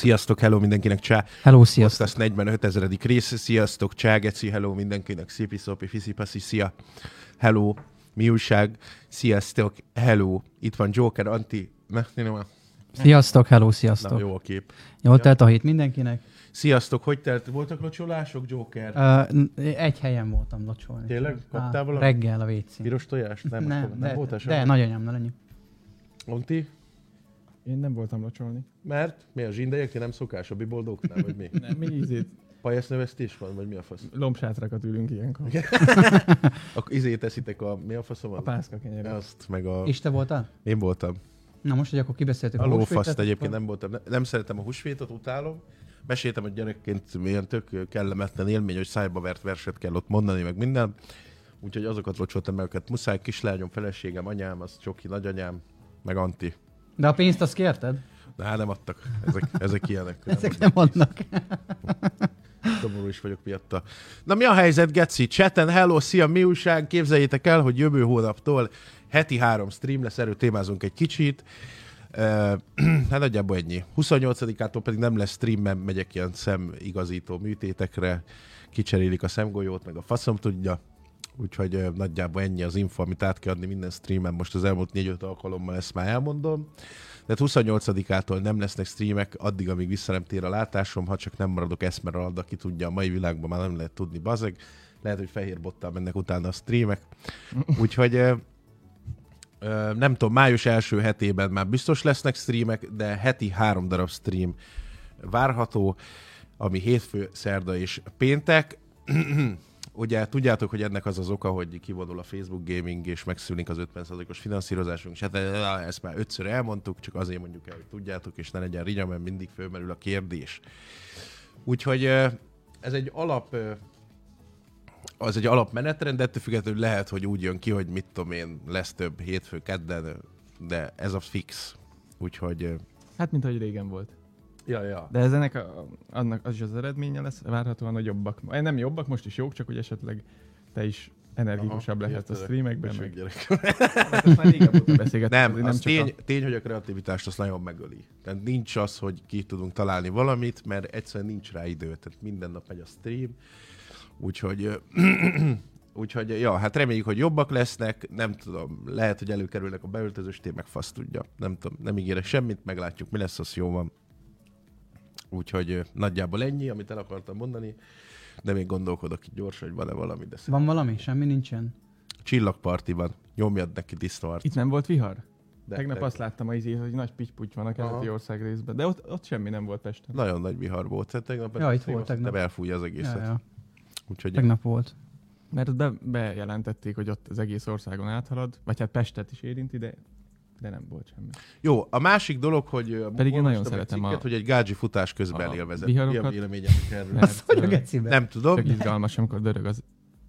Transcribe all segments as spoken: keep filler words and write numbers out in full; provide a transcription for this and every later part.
Sziasztok, hello mindenkinek, csá. Hello, sziasztok. Azt negyvenöt ezeredik rész, sziasztok, csá, geci, hello mindenkinek, szipi, szopi, fiszi-paszi, szia. Hello, mi újság, sziasztok, hello. Itt van Joker, Anti, ne, ne, ne. Sziasztok, hello, sziasztok. Na, jó a kép. Jól telt a hét mindenkinek. Sziasztok, hogy telt? Voltak locsolások, Joker? Uh, egy helyen voltam locsolni. Tényleg? Kaptál ah, valami? Reggel a vécén. Piros tojást? Nem, nem, nem, de, nem voltál de nagyanyámnál ennyi. Anti? Én nem voltam locsolni. Mert? Mi a zsindelyek? Ti nem szokás a biboldóknál, vagy mi? Nem, mi ízét? Pajásznövesztés van, vagy mi a fasz? Lombsátrakat ülünk ilyenkor. Akkor izét eszitek a... Mi a faszom? A pászka kenyeret. Azt, meg a... És te voltál? Én voltam. Na most, hogy akkor kibeszéltük a a húsvétet. A lófaszt egyébként nem voltam. Nem, nem szeretem a húsvétot, utálom. Meséltem, hogy gyerekként milyen tök kellemetlen élmény, hogy szájba vert verset kell ott mondani, meg minden. Úgyhogy azokat locsoltam meg őket. Muszáj, kislányom, feleségem, anyám, az Csoki, nagyanyám, meg Anti. De a pénzt azt kérted? De hát nem adtak. Ezek, ezek ilyenek. Ezek nem adnak. Domorú is vagyok miatta. Na mi a helyzet, Geci? Chaten, hello, szia, mi újság? Képzeljétek el, hogy jövő hónaptól heti három stream lesz, erről témázunk egy kicsit. Uh, hát nagyjából ennyi. huszonnyolcadikától pedig nem lesz stream, mert megyek ilyen szemigazító műtétekre, kicserélik a szemgolyót, meg a faszom tudja. Úgyhogy uh, nagyjából ennyi az info, amit át kell adni minden streamen. Most az elmúlt négy-öt alkalommal ezt már elmondom. Tehát huszonnyolcadikától nem lesznek streamek, addig, amíg vissza nem tér a látásom, ha csak nem maradok Esmeralda, aki tudja, a mai világban már nem lehet tudni, bazeg. Lehet, hogy fehér bottal mennek utána a streamek. Úgyhogy uh, uh, nem tudom, május első hetében már biztos lesznek streamek, de heti három darab stream várható, ami hétfő, szerda és péntek. Ugye tudjátok, hogy ennek az az oka, hogy kivonul a Facebook Gaming, és megszűnik az ötven százalékos finanszírozásunk, és hát ezt már ötször elmondtuk, csak azért mondjuk el, hogy tudjátok, és ne legyen rinya, mert mindig fölmerül a kérdés. Úgyhogy ez egy alap, az egy alapmenetrend, de ettől függetlenül lehet, hogy úgy jön ki, hogy mit tudom én, lesz több hétfő, kedden, de ez a fix. Úgyhogy... Hát, mint ahogy régen volt. Ja, ja. De ez ennek a, annak az is az eredménye lesz, várhatóan, hogy jobbak. Nem jobbak, most is jók, csak hogy esetleg te is energikusabb aha, lehetsz a streamekben. Meg... meg... Nem, nem az tény, a... tény, hogy a kreativitást azt nagyon megöli. Tehát nincs az, hogy ki tudunk találni valamit, mert egyszerűen nincs rá idő. Tehát minden nap megy a stream. Úgyhogy... Úgyhogy, ja, hát reméljük, hogy jobbak lesznek, nem tudom, lehet, hogy előkerülnek a beöltözős témek, fasz tudja. Nem tudom, nem ígérek semmit, meglátjuk, mi lesz, az jó van. Úgyhogy nagyjából ennyi, amit el akartam mondani, de még gondolkodok itt gyorsan, hogy van-e valami. De van valami? Semmi nincsen? Csillagparti van. Nyomjad neki disznóart. Itt nem volt vihar? De, Tegnap de. Azt láttam az izét, hogy nagy pitty-putty van a keleti ország részben, de ott, ott semmi nem volt Pesten. Nagyon nagy vihar volt. Tehát tegnap ja, itt volt tegnap. Nem elfújja az egészet. Ja, ja. Úgyhogy tegnap volt. Mert ott be, bejelentették, hogy ott az egész országon áthalad, vagy hát Pestet is érinti, de de nem volt semmi. Jó, a másik dolog, hogy pedig én nagyon szeretem cikket, a... hogy egy gádzsi futás közben élvezett. Viharokat. Mi a véleményetek erről? Azt hogy a geciben? Nem tudom. Csak izgalmas, amikor dörög az...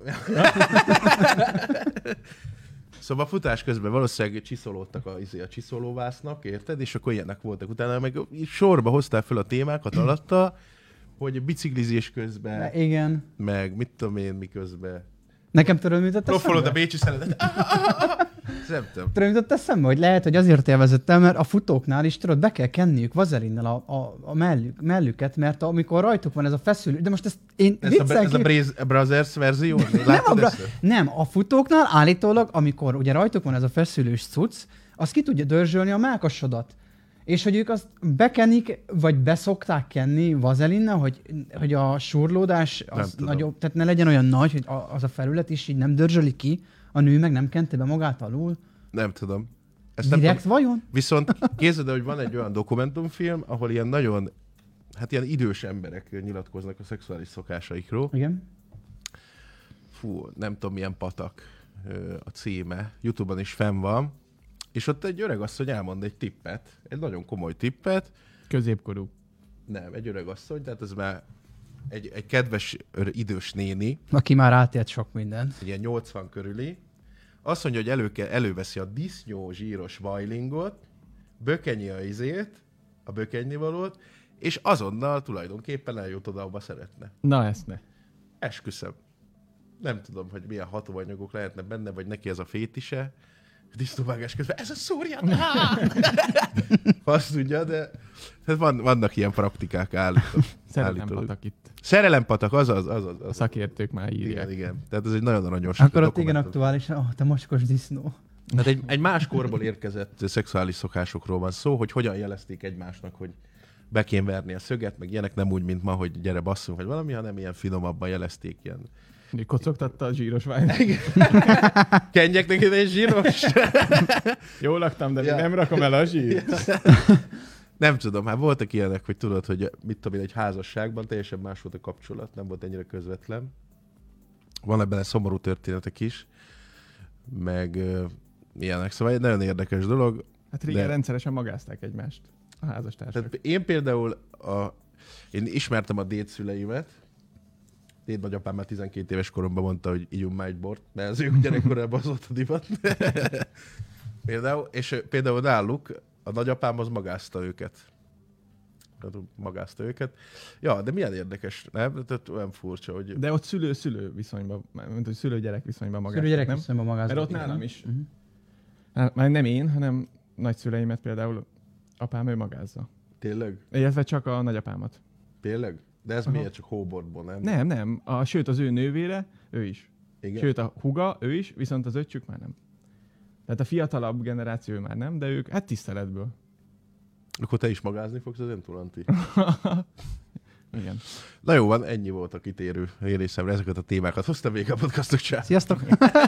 Szóval a futás közben valószínűleg csiszolódtak a, a csiszolóvásznak, érted? És akkor ilyenek voltak. Utána meg sorba hoztál fel a témákat alatta, hogy biciklizés közben, de igen. meg mit tudom én miközben. Nekem töröm jutott eszembe? Profolod a bécsi szeletet. Nem tudom. Töröm jutott eszembe, hogy lehet, hogy azért élvezettem, mert a futóknál is tudod, be kell kenniük vazelinnel a, a, a mellük, mellüket, mert amikor rajtuk van ez a feszülő, de most ezt én ez a, ez a Braze, Brothers verzió? nem, a bra- nem, a futóknál állítólag, amikor ugye rajtuk van ez a feszülős cucc, az ki tudja dörzsölni a mákasodat. És hogy ők azt bekenik, vagy beszokták kenni vazelinnel, hogy, hogy a surlódás az nagyobb, tehát ne legyen olyan nagy, hogy a, az a felület is így nem dörzsöli ki, a nő meg nem kente be magát alul. Nem tudom. Ezt direkt nem tudom. vajon? Viszont képzeld, hogy van egy olyan dokumentumfilm, ahol ilyen nagyon, hát ilyen idős emberek nyilatkoznak a szexuális szokásaikról. Igen. Fú, nem tudom milyen patak a címe. YouTube-on is fenn van. És ott egy öreg asszony elmond egy tippet, egy nagyon komoly tippet. Középkorú. Nem, egy öreg asszony, tehát ez már egy, egy kedves idős néni. Aki már átélt sok mindent. Ilyen nyolcvan körüli. Azt mondja, hogy elő, előveszi a disznó zsíros vajlingot, bökenyi a izét, a bökenynivalót, és azonnal tulajdonképpen eljut oda, ahova szeretne. Na ezt ne. Esküszöm. Nem tudom, hogy milyen hatóanyagok lehetne benne, vagy neki ez a fétise, disznóvágás közben, ez a szúrjad! Azt tudja, de hát van, vannak ilyen praktikák állítólag. Szerelempatak itt. Szerelempatak, azaz, azaz. A szakértők már írják. Igen, igen. Tehát ez egy nagyon aranyos Akkor ott igen dokumentum. aktuális, oh, te mocskos disznó. Hát egy, egy más korból érkezett szexuális szokásokról van szó, hogy hogyan jelezték egymásnak, hogy be kéne verni a szöget, meg ilyenek, nem úgy, mint ma, hogy gyere basszunk, vagy valami, hanem ilyen finomabban jelezték ilyen. Kocogtatta a zsíros ványt. Kenjek neked egy zsíros? Jól laktam, de Ja. még nem rakom el a zsírt. Nem tudom, hát voltak ilyenek, hogy tudod, hogy mit tudom én, egy házasságban teljesen más volt a kapcsolat, nem volt ennyire közvetlen. Van ebben egy szomorú történetek is, meg uh, ilyenek, szóval egy nagyon érdekes dolog. Hát régen De- rendszeresen magázták egymást a házastársak. Tehát én például, a, én ismertem a dédszüleimet, déd nagyapám már tizenkét éves koromban mondta, hogy ígyunk már egy bort, mert az ők gyerekkorában az volt a divat. Például, és ö, például náluk a nagyapám az magázta őket. Tehát magázta őket. Ja, de milyen érdekes, nem? Tehát olyan furcsa, hogy... De ott szülő-szülő viszonyban, mint hogy szülő-gyerek viszonyban magáztak, Szülő gyerek nem? viszonyban magáztak. Mert ott igen. nálam is. Mhm. Hát, már nem én, hanem nagyszüleimet például apám ő magázza. Tényleg? Illetve csak a nagyapámat. Tényleg? De ez Aha. miért csak hóbortból, nem? Nem, nem. A, sőt, az ő nővére, ő is. Igen? Sőt, a húga, ő is, viszont az öccsük már nem. Tehát a fiatalabb generáció már nem, de ők, hát tiszteletből. Akkor te is magázni fogsz az Entulanti? Igen. Na jó van, ennyi volt a kitérő részemre, ezeket a témákat hoztam végig a podcastok csá. Sziasztok!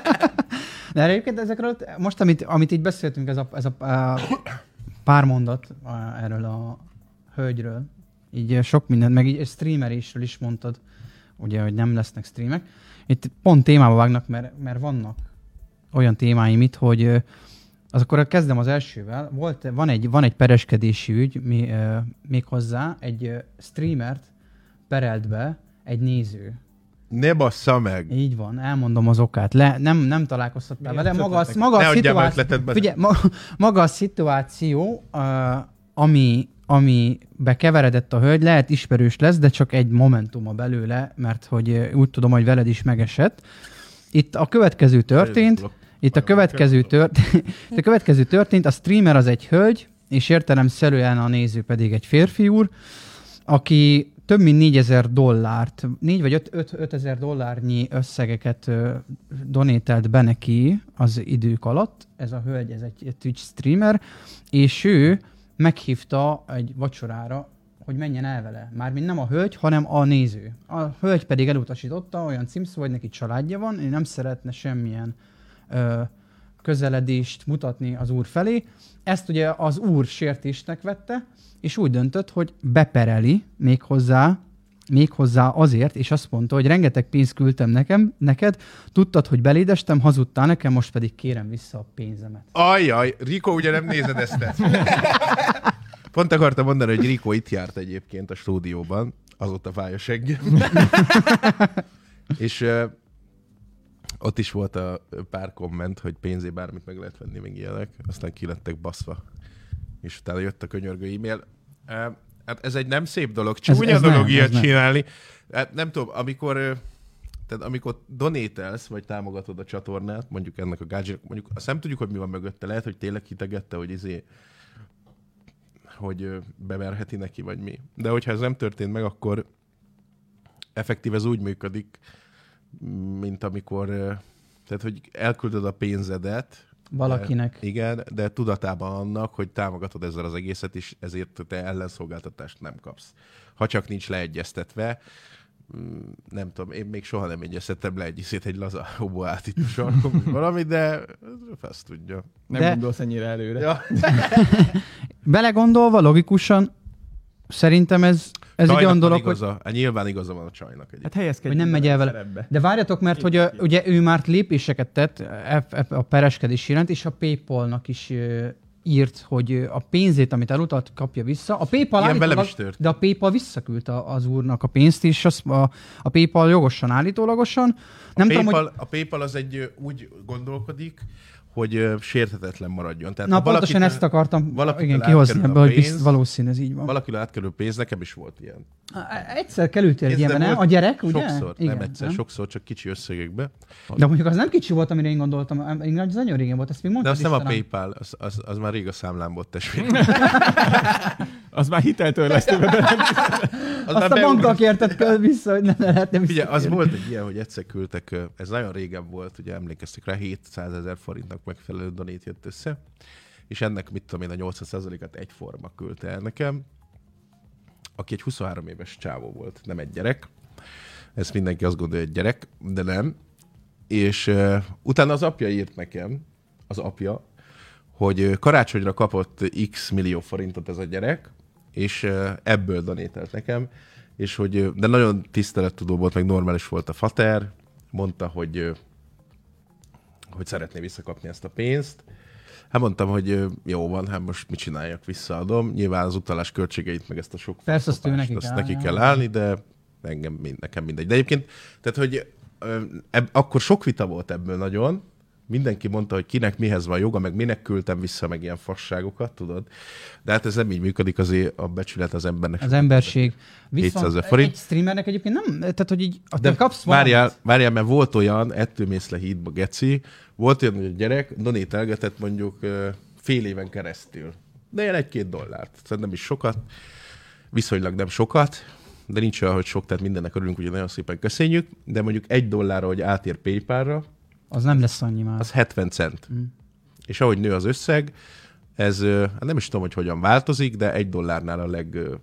De egyébként ezekről, most amit, amit így beszéltünk, ez a, ez a, a pár mondat a, erről a hölgyről, így sok mindent, meg így streamerésről is mondtad, ugye, hogy nem lesznek streamek. Itt pont témába vágnak, mert, mert vannak olyan témáim itt, hogy ö, az akkor kezdem az elsővel. Volt, van, egy, van egy pereskedési ügy, mi, ö, méghozzá egy ö, streamert perelt be egy néző. Ne bassza meg! Így van, elmondom az okát. Le, nem, nem találkoztattál Milyen vele. Maga, a- ötletek? maga, Ne a adjál már szituáció, ötletet be. figyelj, ma, maga a szituáció, uh, ami, ami bekeveredett a hölgy, lehet ismerős lesz, de csak egy momentuma belőle, mert hogy uh, úgy tudom, hogy veled is megesett. Itt a következő történt, itt a következő, tört, itt a következő történt, a streamer az egy hölgy, és értelemszerűen a néző pedig egy férfi úr, aki több mint négyezer dollárt, négy vagy öt ezer dollárnyi összegeket ö, donételt be neki az idők alatt. Ez a hölgy, ez egy, egy Twitch streamer, és ő meghívta egy vacsorára, hogy menjen el vele. Mármint nem a hölgy, hanem a néző. A hölgy pedig elutasította, olyan címszó, hogy neki családja van, ő nem szeretne semmilyen ö, közeledést mutatni az úr felé. Ezt ugye az úr sértésnek vette, és úgy döntött, hogy bepereli méghozzá, méghozzá azért, és azt mondta, hogy rengeteg pénzt küldtem nekem, neked, tudtad, hogy belédestem, hazudtál nekem, most pedig kérem vissza a pénzemet. Ajjaj, Riko, ugye nem nézed ezt? Pont akartam mondani, hogy Riko itt járt egyébként a stúdióban, azóta fáj a segg. És uh, ott is volt a pár komment, hogy pénzé bármit meg lehet venni, még ilyenek, aztán ki lettek baszva. És utána jött a könyörgő e-mail. Uh, hát ez egy nem szép dolog, csúnya ez dolog nem, ilyet ez nem. csinálni. Hát nem tudom, amikor, uh, tehát amikor donételsz, vagy támogatod a csatornát, mondjuk ennek a gadget, mondjuk azt nem tudjuk, hogy mi van mögötte. Lehet, hogy tényleg hitegette, hogy izé, hogy uh, beverheti neki, vagy mi. De hogyha ez nem történt meg, akkor effektív ez úgy működik, mint amikor, uh, tehát, hogy elküldöd a pénzedet, Valakinek. De, igen, de tudatában annak, hogy támogatod ezzel az egészet, és ezért te ellenszolgáltatást nem kapsz. Ha csak nincs leegyeztetve, nem tudom, én még soha nem egyeztettem le egy iszét egy laza hoboát itt a sarkon, valami, de ezt tudja. Nem De- gondolsz ennyire előre. Ja. Belegondolva, logikusan, szerintem ez, ez egy Csajnak olyan van dolog, hogy, igaza. Hát nyilván igaza van a csajnak egyébként. Hát helyezkedj hogy nem megy el vele. szerepbe. De várjatok, mert hogy a, ugye ő már lépéseket tett e- e- a pereskedés iránt, és a PayPal-nak is ö, írt, hogy ö, a pénzét, amit elutalt, kapja vissza. A PayPal Igen, velem állítólag, is történt. de a PayPal visszaküldte az úrnak a pénzt, és az, a, a PayPal jogosan, állítólagosan. Nem a, tudom, PayPal, hogy a PayPal az egy ö, úgy gondolkodik, hogy ö, sérthetetlen maradjon. Tehát, Na pontosan ezt akartam igen, kihozni ebből, hogy bizt, valószínű ez így van. Valakire átkerül pénz, nekem is volt ilyen. Egyszer kerültél egy ilyenben, nem? A gyerek, ugye? Sokszor, igen, nem egyszer, nem? sokszor, csak kicsi összegekbe. De mondjuk az nem kicsi volt, amire én gondoltam, az nagyon régen volt, ezt még mondtad. De azt nem a PayPal, az, az, az már rég a számlám volt, testvég. Az már hiteltörlesztőbe nem. Az azt a bankkal kérted vissza, hogy ne lehetne vissza. Ugye, az volt egy ilyen, hogy egyszer küldtek, ez nagyon régen volt, ugye emlékeztek rá, hétszázezer forintnak megfelelő donét jött össze, és ennek, mit tudom én, a nyolcvan százalékát egyforma küldte el nekem, aki egy huszonhárom éves csávó volt, nem egy gyerek. Ezt mindenki azt gondolja, hogy gyerek, de nem. És uh, utána az apja írt nekem, az apja, hogy uh, karácsonyra kapott x millió forintot ez a gyerek, és uh, ebből donételt nekem, és hogy, uh, de nagyon tisztelettudó volt, meg normális volt a fater, mondta, hogy, uh, hogy szeretné visszakapni ezt a pénzt. Hát mondtam, hogy jó van, hát most mit csináljak, visszaadom. Nyilván az utalás költségeit, meg ezt a sok persze, azt neki, azt kell, neki állni, kell állni, de engem, nekem mindegy. De egyébként, tehát, hogy eb, akkor sok vita volt ebből nagyon. Mindenki mondta, hogy kinek mihez van joga, meg minek küldtem vissza, meg ilyen fasságokat, tudod. De hát ez nem így működik, azért a becsület az embernek. Az emberség. Viszont forint. Egy streamernek egyébként nem, tehát hogy így de kapsz várjál, várjál, mert volt olyan, ettől mész le hídba, geci, volt olyan, hogy a gyerek donételgetett mondjuk fél éven keresztül. De ilyen egy-két dollárt. Szóval nem is sokat, viszonylag nem sokat, de nincs olyan, hogy sok, tehát mindennek örülünk, ugye nagyon szépen köszönjük, de mondjuk egy dollárra, hogy átér PayPal-ra, az nem lesz annyi már. Az hetven cent. Mm. És ahogy nő az összeg, ez nem is tudom, hogy hogyan változik, de egy dollárnál a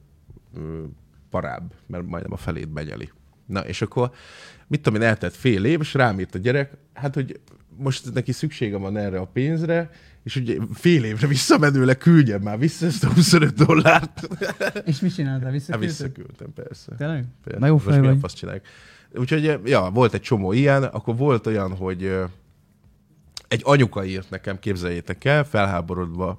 legparább, mert majdnem a felét benyeli. Na, és akkor mit tudom én, eltett fél év, és rám írt a gyerek, hát, hogy most neki szüksége van erre a pénzre, és ugye fél évre visszamenőleg küldjem már vissza ezt a huszonöt dollárt. És mit csináltál? Visszaküldted? Hát visszaküldtem, persze. Tényleg? Persze. Na jó fej vagy. Azt csinálják. Úgyhogy, ja, volt egy csomó ilyen, akkor volt olyan, hogy egy anyuka írt nekem, képzeljétek el, felháborodva,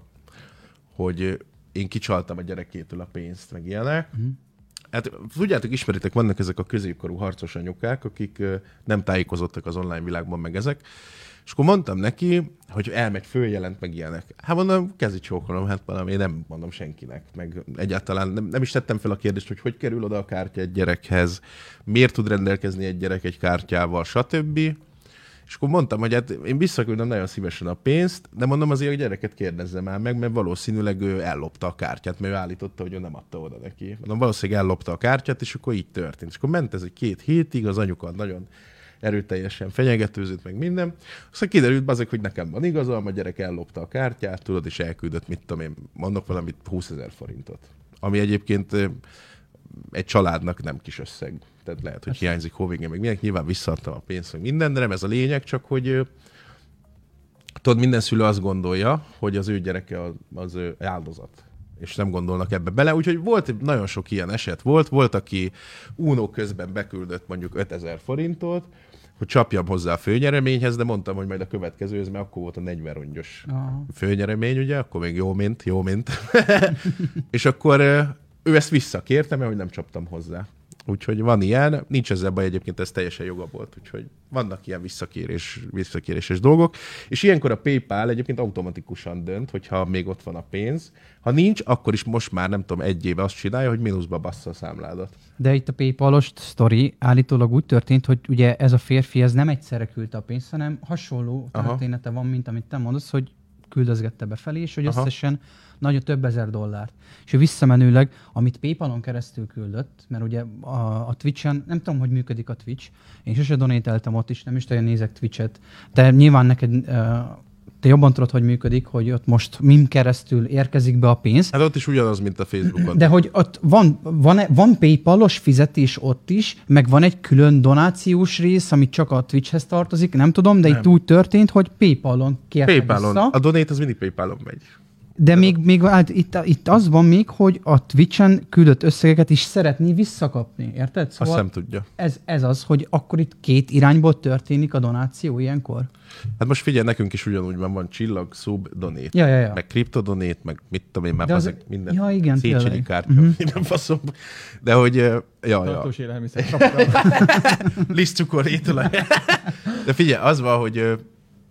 hogy én kicsaltam a gyerekétől a pénzt, meg ilyenek. Uh-huh. Hát tudjátok, ismeritek, vannak ezek a középkorú harcos anyukák, akik nem tájékozottak az online világban, meg ezek. És akkor mondtam neki, hogy elmegy, följelent, meg ilyenek. Hát mondom, kezi csókolom, hát valami, én nem mondom senkinek. Meg egyáltalán nem, nem is tettem fel a kérdést, hogy hogy kerül oda a kártya egy gyerekhez, miért tud rendelkezni egy gyerek egy kártyával, stb. És akkor mondtam, hogy hát én visszaküldöm nagyon szívesen a pénzt, de mondom azért, hogy gyereket kérdezze már meg, mert valószínűleg ő ellopta a kártyát, mert ő állította, hogy ő nem adta oda neki. Mondom, valószínűleg ellopta a kártyát, és akkor így történt. És akkor ment ez egy két hétig, az anyuka nagyon erőteljesen fenyegetőzött, meg minden. Aztán kiderült azok, hogy nekem van igazam, a gyerek ellopta a kártyát, tudod, és elküldött, mit tudom én, mondok valamit, húszezer forintot. Ami egyébként egy családnak nem kis összeg. Tehát lehet, hogy hiányzik hóvégén, meg mindenki, nyilván visszaadtam a pénzt, meg minden, de nem ez a lényeg, csak hogy tudod, minden szülő azt gondolja, hogy az ő gyereke az, az áldozat. És nem gondolnak ebbe bele. Úgyhogy volt, nagyon sok ilyen eset volt. Volt, aki Uno közben beküldött mondjuk ötezer forintot, hogy csapjam hozzá a főnyereményhez, de mondtam, hogy majd a következőhöz, mert akkor volt a negyven rongyos Aha. főnyeremény, ugye, akkor még jó mint, jó mint. És akkor ő ezt visszakérte, mert hogy nem csaptam hozzá. Úgyhogy van ilyen, nincs ezzel baj, egyébként ez teljesen joga volt, úgyhogy vannak ilyen visszakérés, visszakéréses dolgok, és ilyenkor a PayPal egyébként automatikusan dönt, hogyha még ott van a pénz. Ha nincs, akkor is most már nem tudom, egy éve azt csinálja, hogy mínuszba bassza a számládat. De itt a PayPal-os sztori állítólag úgy történt, hogy ugye ez a férfi ez nem egyszerre küldte a pénzt, hanem hasonló története Aha. van, mint amit te mondasz, hogy küldözgette befelé, és hogy Aha. összesen nagyon több ezer dollárt. És ő visszamenőleg, amit PayPal-on keresztül küldött, mert ugye a, a Twitch-en, nem tudom, hogy működik a Twitch, én sose donételtem ott is, nem is olyan nézek Twitch-et, de nyilván neked, uh, te jobban tudod, hogy működik, hogy ott most min keresztül érkezik be a pénz. Hát ott is ugyanaz, mint a Facebookon. De hogy ott van, van, van PayPal-os fizetés ott is, meg van egy külön donációs rész, ami csak a Twitchhez tartozik, nem tudom, de nem. Itt úgy történt, hogy PayPal-on kérte PayPal-on. vissza. A donate az mindig PayPal-on megy. De még, még hát itt, itt az van még, hogy a Twitch-en küldött összegeket is szeretné visszakapni, érted? Szóval azt nem tudja. Ez, ez az, hogy akkor itt két irányból történik a donáció ilyenkor? Hát most figyelj, nekünk is ugyanúgy van, van csillag, szub, donét, ja, ja, ja. meg kriptodonét, meg mit tudom én, már az, ezek minden ja, igen, Széchenyi kártya, uh-huh. minden faszom. De hogy, ja, ja. Tartós élelmiszer. Lisztcukor, ételaj. De figyelj, az van, hogy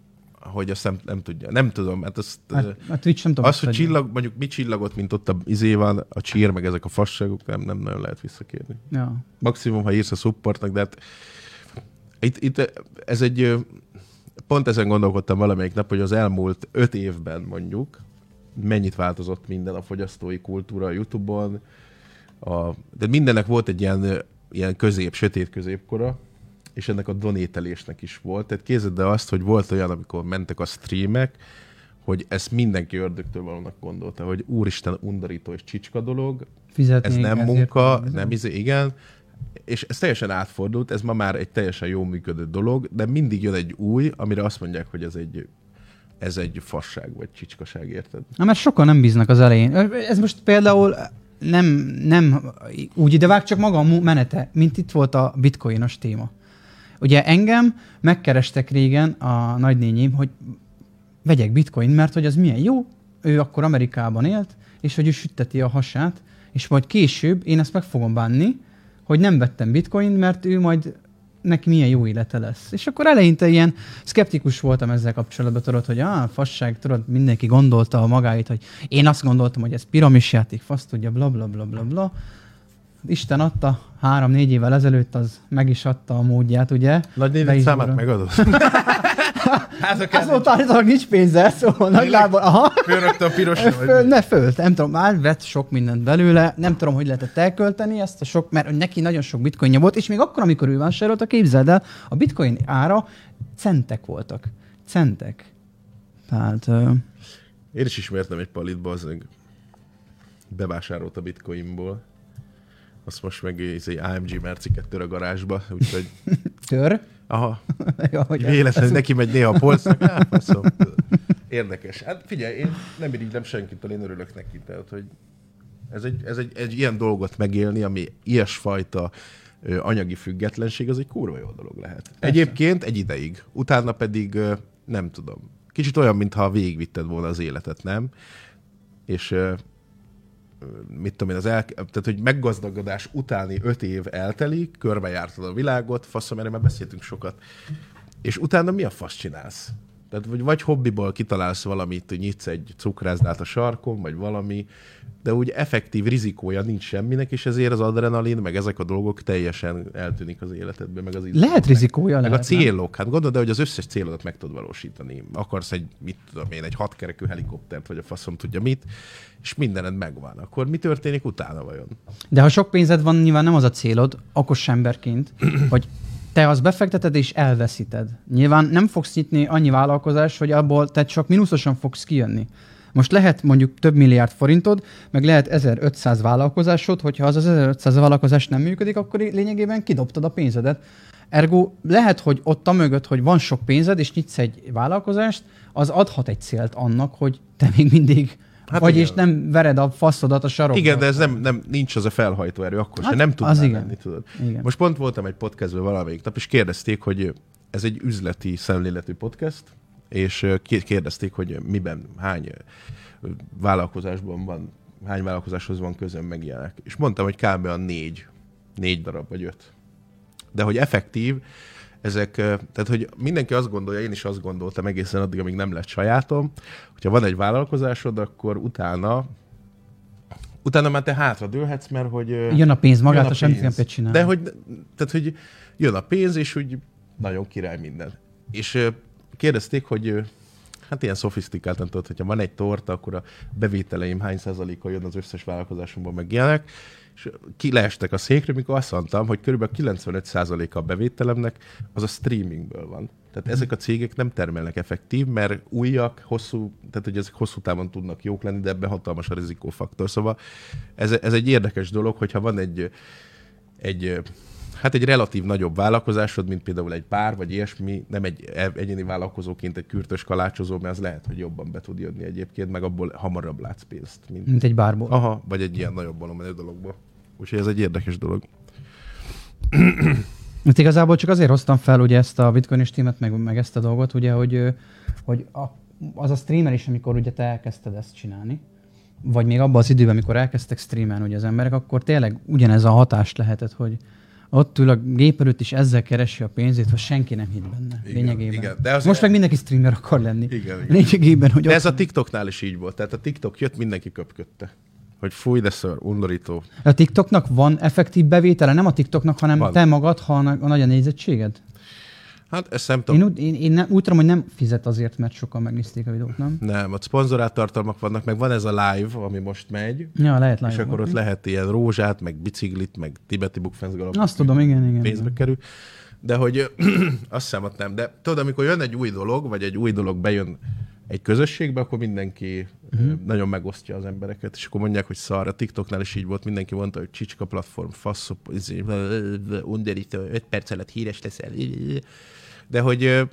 hogy azt nem, nem tudja. Nem tudom, hát azt... Hát, a Twitch nem tudom. Az, hogy csillag, mondjuk mi csillagot, mint ott a izé van, a cheer, meg ezek a fasságok, nem, nem nagyon lehet visszakérni. Ja. Maximum, ha írsz a supportnak, de hát itt, itt ez egy... Pont ezen gondolkodtam valamelyik nap, hogy az elmúlt öt évben mondjuk mennyit változott minden a fogyasztói kultúra a YouTube-on. A, de mindennek volt egy ilyen, ilyen közép, sötét középkora, és ennek a donételésnek is volt. Tehát képzeld el azt, hogy volt olyan, amikor mentek a streamek, hogy ezt mindenki ördögtől valónak gondolta, hogy úristen, undorító és csicska dolog, fizetni, ez nem munka, nem izé, igen, és ez teljesen átfordult, ez ma már egy teljesen jól működő dolog, de mindig jön egy új, amire azt mondják, hogy ez egy, ez egy fasság, vagy csicskaság, érted? Na, mert sokan nem bíznak az elején. Ez most például nem, nem úgy idevág, csak maga a menete, mint itt volt a bitcoinos téma. Ugye engem megkerestek régen a nagynényim, hogy vegyek bitcoin, mert hogy az milyen jó, ő akkor Amerikában élt, és hogy ő sütteti a hasát, és majd később én ezt meg fogom bánni, hogy nem vettem bitcoin, mert ő majd neki milyen jó élete lesz. És akkor eleinte ilyen szkeptikus voltam ezzel kapcsolatban, tudod, hogy ah, fasság, tudod, mindenki gondolta a magáit, hogy én azt gondoltam, hogy ez piramisjáték, fasz tudja, bla bla bla bla bla. Isten adta, három-négy évvel ezelőtt az meg is adta a módját, ugye? Nagynéved számát megadod? Hát az volt állítólag nincs pénze, szóval nagy lábon, aha. Fölrögte a pirosra, vagy Föl, ne föl, nem tudom, már vett sok mindent belőle, nem tudom, hogy lehetett elkölteni ezt a sok, mert neki nagyon sok bitcoinja volt, és még akkor, amikor ő vásárolta, képzeld el, a bitcoin ára centek voltak. Centek. Tehát... Uh... Én is ismertem egy palit, bazdmeg. Bevásárolt a bitcoinból. Azt most meg egy á em gé Merciket tör a garázsba, úgyhogy... Tör? Aha. Ja, véletlenül neki megy néha a polcnak. Á, faszom. Érdekes. Hát figyelj, én nem irigylem senkitől, én örülök neki. Tehát, hogy ez egy, ez egy, egy ilyen dolgot megélni, ami ilyesfajta ö, anyagi függetlenség, az egy kurva jó dolog lehet. Persze. Egyébként egy ideig. Utána pedig ö, nem tudom. Kicsit olyan, mintha végigvitted volna az életet, nem? És... Ö, mit tudom én, az el, tehát, hogy meggazdagodás utáni öt év eltelik, körbejártad a világot, faszom, erre már beszéltünk sokat, és utána mi a fasz csinálsz? Tehát vagy, vagy hobbiból kitalálsz valamit, hogy nyitsz egy cukrászdát a sarkon, vagy valami, de úgy effektív rizikója nincs semminek, és ezért az adrenalin, meg ezek a dolgok teljesen eltűnik az életedből, meg az időben. Lehet rizikója, meg lehet, a célok, hát gondolod, de hogy az összes célodat meg tudod valósítani. Akarsz egy, mit tudom én, egy hatkerekű helikoptert, vagy a faszom tudja mit, és mindened megvan. Akkor mi történik utána vajon? De ha sok pénzed van, nyilván nem az a célod, okos emberként, hogy te azt befekteted és elveszíted. Nyilván nem fogsz nyitni annyi vállalkozás, hogy abból te csak mínuszosan fogsz kijönni. Most lehet mondjuk több milliárd forintod, meg lehet ezerötszáz vállalkozásod, hogyha az az ezerötszáz vállalkozás nem működik, akkor lényegében kidobtad a pénzedet. Ergo lehet, hogy ott amögött, hogy van sok pénzed, és nyitsz egy vállalkozást, az adhat egy célt annak, hogy te még mindig hát vagy, igen. És nem vered a faszodat a sarokba. Igen, de ez nem, nem nincs az a felhajtó erő, akkor hát se nem tudnál lenni, tudod. Igen. Most pont voltam egy podcastben valamelyik nap, és kérdezték, hogy ez egy üzleti szemléletű podcast, és kérdezték, hogy miben, hány vállalkozásban van, hány vállalkozáshoz van közön meg ilyenek. És mondtam, hogy kb. A négy, négy darab vagy öt. De hogy effektív, ezek, tehát hogy mindenki azt gondolja, én is azt gondoltam egészen addig, amíg nem lett sajátom, hogyha van egy vállalkozásod, akkor utána utána már te hátra dőlhetsz, mert hogy... Jön a pénz, magát semmit nem kell csinálni. De hogy, tehát, hogy jön a pénz, és úgy nagyon király minden. És kérdezték, hogy hát ilyen szofisztikáltan tudod, hogyha van egy torta, akkor a bevételeim hány százaléka jön az összes vállalkozásomból meg ilyenek, és kileestek a székre, mikor azt mondtam, hogy körülbelül kilencvenöt százaléka a bevételemnek az a streamingből van. Tehát ezek a cégek nem termelnek effektív, mert újak, hosszú, tehát hogy ezek hosszú távon tudnak jók lenni, de ebben hatalmas a rizikófaktor. Szóval ez, ez egy érdekes dolog, hogyha van egy, egy hát egy relatív nagyobb vállalkozásod, mint például egy pár, vagy ilyesmi, nem egy egyéni vállalkozóként egy kürtös kalácsozó, mert az lehet, hogy jobban be tud jönni egyébként, meg abból hamarabb látsz pénzt. Mint, mint egy bárból. Aha, vagy egy ilyen nagyobb volumenű dologból. Úgyhogy ez egy érdekes dolog. Itt igazából csak azért hoztam fel ugye ezt a bitcoinos témát, meg, meg ezt a dolgot, ugye, hogy, hogy a, az a streamer is, amikor ugye te elkezdted ezt csinálni, vagy még abban az időben, amikor elkezdtek streamelni ugye az emberek, akkor tényleg ugyanez a hatást lehetett, hogy ott ül a gép előtt is ezzel keresi a pénzét, hogy senki nem hitt benne. Igen, lényegében. igen. De azért... Most meg mindenki streamer akar lenni. Igen, igen. Lényegében, hogy De ott... ez a TikToknál is így volt. Tehát a TikTok jött, mindenki köpködte. Hogy fúj, de ször, undorító. A TikToknak van effektív bevétele? Nem a TikToknak, hanem van. Te magad, ha a nagy a nézettséged? Hát ezt nem tudom. Én, úgy, én, én nem, úgy tudom, hogy nem fizet azért, mert sokan megnézték a videót, nem? Nem, ott szponzorált tartalmak vannak, meg van ez a live, ami most megy, Ja, lehet live. és akkor ott lehet ilyen rózsát, meg biciklit, meg tibeti bukfencgalap. Azt tudom, igen, igen. Pénzbe kerül. De hogy azt hiszem, ott nem. De tudod, amikor jön egy új dolog, vagy egy új dolog bejön egy közösségbe, akkor mindenki uh-huh. nagyon megosztja az embereket, és akkor mondják, hogy szar. A TikToknál is így volt, mindenki mondta, hogy csicska platform, faszop, undorító, öt perc alatt híres leszel. De hogy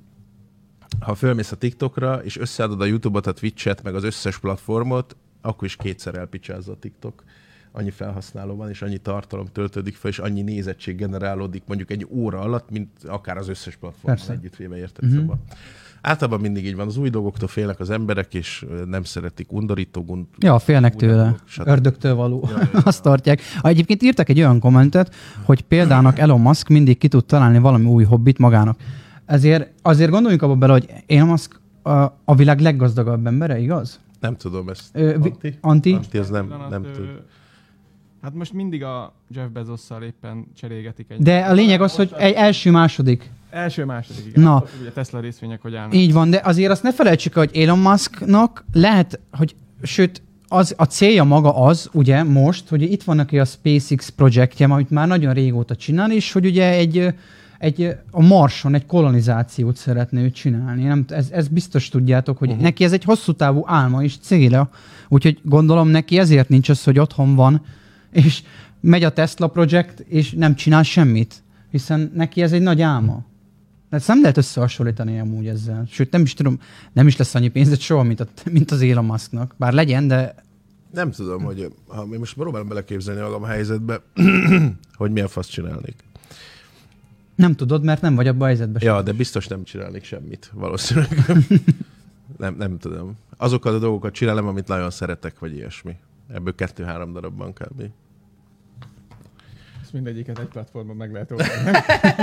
ha fölmész a TikTokra, és összeadod a YouTube-ot, a Twitch-et, meg az összes platformot, akkor is kétszer elpicsázza a TikTok. Annyi felhasználó van, és annyi tartalom töltődik fel, és annyi nézettség generálódik mondjuk egy óra alatt, mint akár az összes platformon együttvéve, érted? Uh-huh. Szóval általában mindig így van. Az új dolgoktól félnek az emberek, és nem szeretik undorító. Gund... Ja, félnek tőle. Dolgok, ördögtől való. Ja, ja, ja. Azt tartják. Egyébként írtak egy olyan kommentet, hogy példának Elon Musk mindig ki tud találni valami új hobbit magának. Ezért azért gondoljunk abba bele, hogy Elon Musk a, a világ leggazdagabb embere, igaz? Nem tudom ezt. Ö, Anti? Anti? Anti, az nem, nem tud. Hát most mindig a Jeff Bezosszal éppen cserélgetik egy. De a lényeg az, hogy egy első-második. Első-második, igen. Na. Ugye Tesla részvények, hogy állnak. Így van, de azért azt ne felejtsük, hogy Elon Musknak lehet, hogy sőt, az, a célja maga az, ugye most, hogy itt van neki a SpaceX projektje, amit már nagyon régóta csinál, és hogy ugye egy, egy a Marson egy kolonizációt szeretne ő csinálni. Nem, ez, ez biztos tudjátok, hogy uh-huh. neki ez egy hosszú távú álma és célja. Úgyhogy gondolom neki ezért nincs az, hogy otthon van, és megy a Tesla projekt, és nem csinál semmit. Hiszen neki ez egy nagy álma. De ezt nem lehet összehasonlítani amúgy ezzel. Sőt, nem is tudom, nem is lesz annyi pénzed soha, mint, a, mint az Elon Musknak. Bár legyen, de... Nem tudom, hogy ha mi most próbálom beleképzelni magam a helyzetbe, hogy milyen fasz csinálnék. Nem tudod, mert nem vagy abban a helyzetben. Ja, sem. De biztos nem csinálnék semmit, valószínűleg. nem, nem tudom. Azokat a dolgokat csinálom, amit nagyon szeretek, vagy ilyesmi. Ebből kettő-három darabban kb. Ezt mindegyiket egy platformon meg lehet oldani, nem?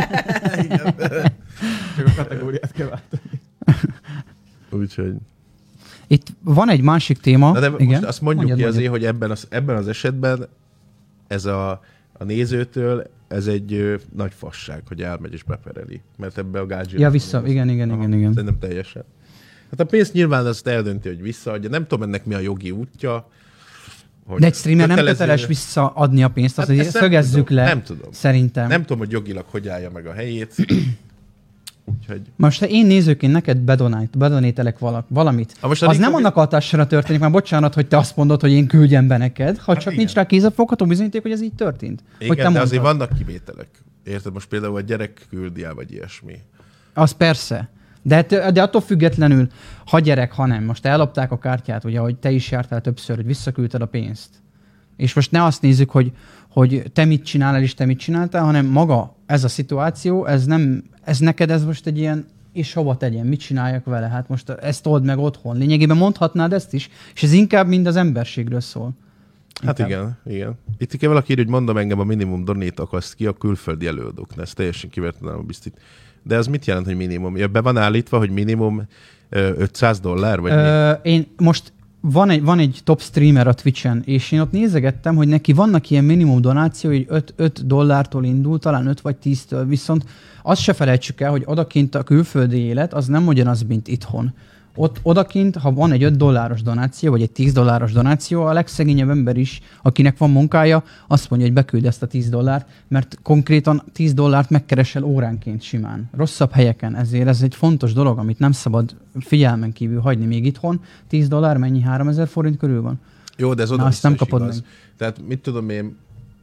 Csak a kategóriát kell váltani. Úgyhogy... Itt van egy másik téma. Na de igen? most azt mondjuk mondjad, ki azért, mondjad. hogy ebben az, ebben az esetben ez a, a nézőtől ez egy ö, nagy fasság, hogy elmegy és bepereli. Mert ebbe a gadget... Ja, vissza. Igen, igen, igen, igen. Szerintem teljesen. Hát a pénzt nyilván azt eldönti, hogy visszaadja. Nem tudom ennek mi a jogi útja. De egy streamer kötelező... nem köteles visszaadni a pénzt, azt, hát hogy szögezzük tudom, le. Nem tudom. Szerintem. Nem tudom, hogy jogilag hogy állja meg a helyét. Úgyhogy... Most, ha én nézőként neked bedonát, bedonételek valamit, az nem Nika... annak hatására történik, már bocsánat, hogy te azt mondod, hogy én küldjem be neked, ha hát csak igen. nincs rá kézzelfogható bizonyíték, hogy ez így történt. Igen, hogy te de mondtad. azért vannak kivételek. Érted? Most például a gyerek küldi el, vagy ilyesmi. Az persze. De, de attól függetlenül, ha gyerek, ha nem. Most ellopták a kártyát, ugye, hogy te is jártál többször, hogy visszaküldted a pénzt. És most ne azt nézzük, hogy, hogy te mit csinálál és te mit csináltál, hanem maga ez a szituáció, ez nem, ez neked ez most egy ilyen, és hova tegyen, mit csináljak vele? Hát most ezt old meg otthon. Lényegében mondhatnád ezt is, és ez inkább mind az emberségről szól. Hát inkább. igen, igen. Itt kell valaki írni, hogy mondom engem a minimum donét akaszt ki a külföldi előadóknál. Ez teljesen kivertenám a biztit. De az mit jelent, hogy minimum? Ja, be van állítva, hogy minimum ötszáz dollár? Vagy Ö, én most van egy, van egy top streamer a Twitchen, és én ott nézegettem, hogy neki vannak ilyen minimum donációi, hogy öt dollártól indul, talán öt vagy tíztől, viszont azt se felejtsük el, hogy odakint a külföldi élet az nem ugyanaz, mint itthon. Ott odakint, ha van egy öt dolláros donáció, vagy egy tíz dolláros donáció, a legszegényebb ember is, akinek van munkája, azt mondja, hogy beküld ezt a tíz dollárt, mert konkrétan tíz dollárt megkeresel óránként simán. Rosszabb helyeken, ezért ez egy fontos dolog, amit nem szabad figyelmen kívül hagyni még itthon. tíz dollár mennyi? háromezer forint körül van? Jó, de ez oda azt nem kapod meg. Tehát mit tudom én,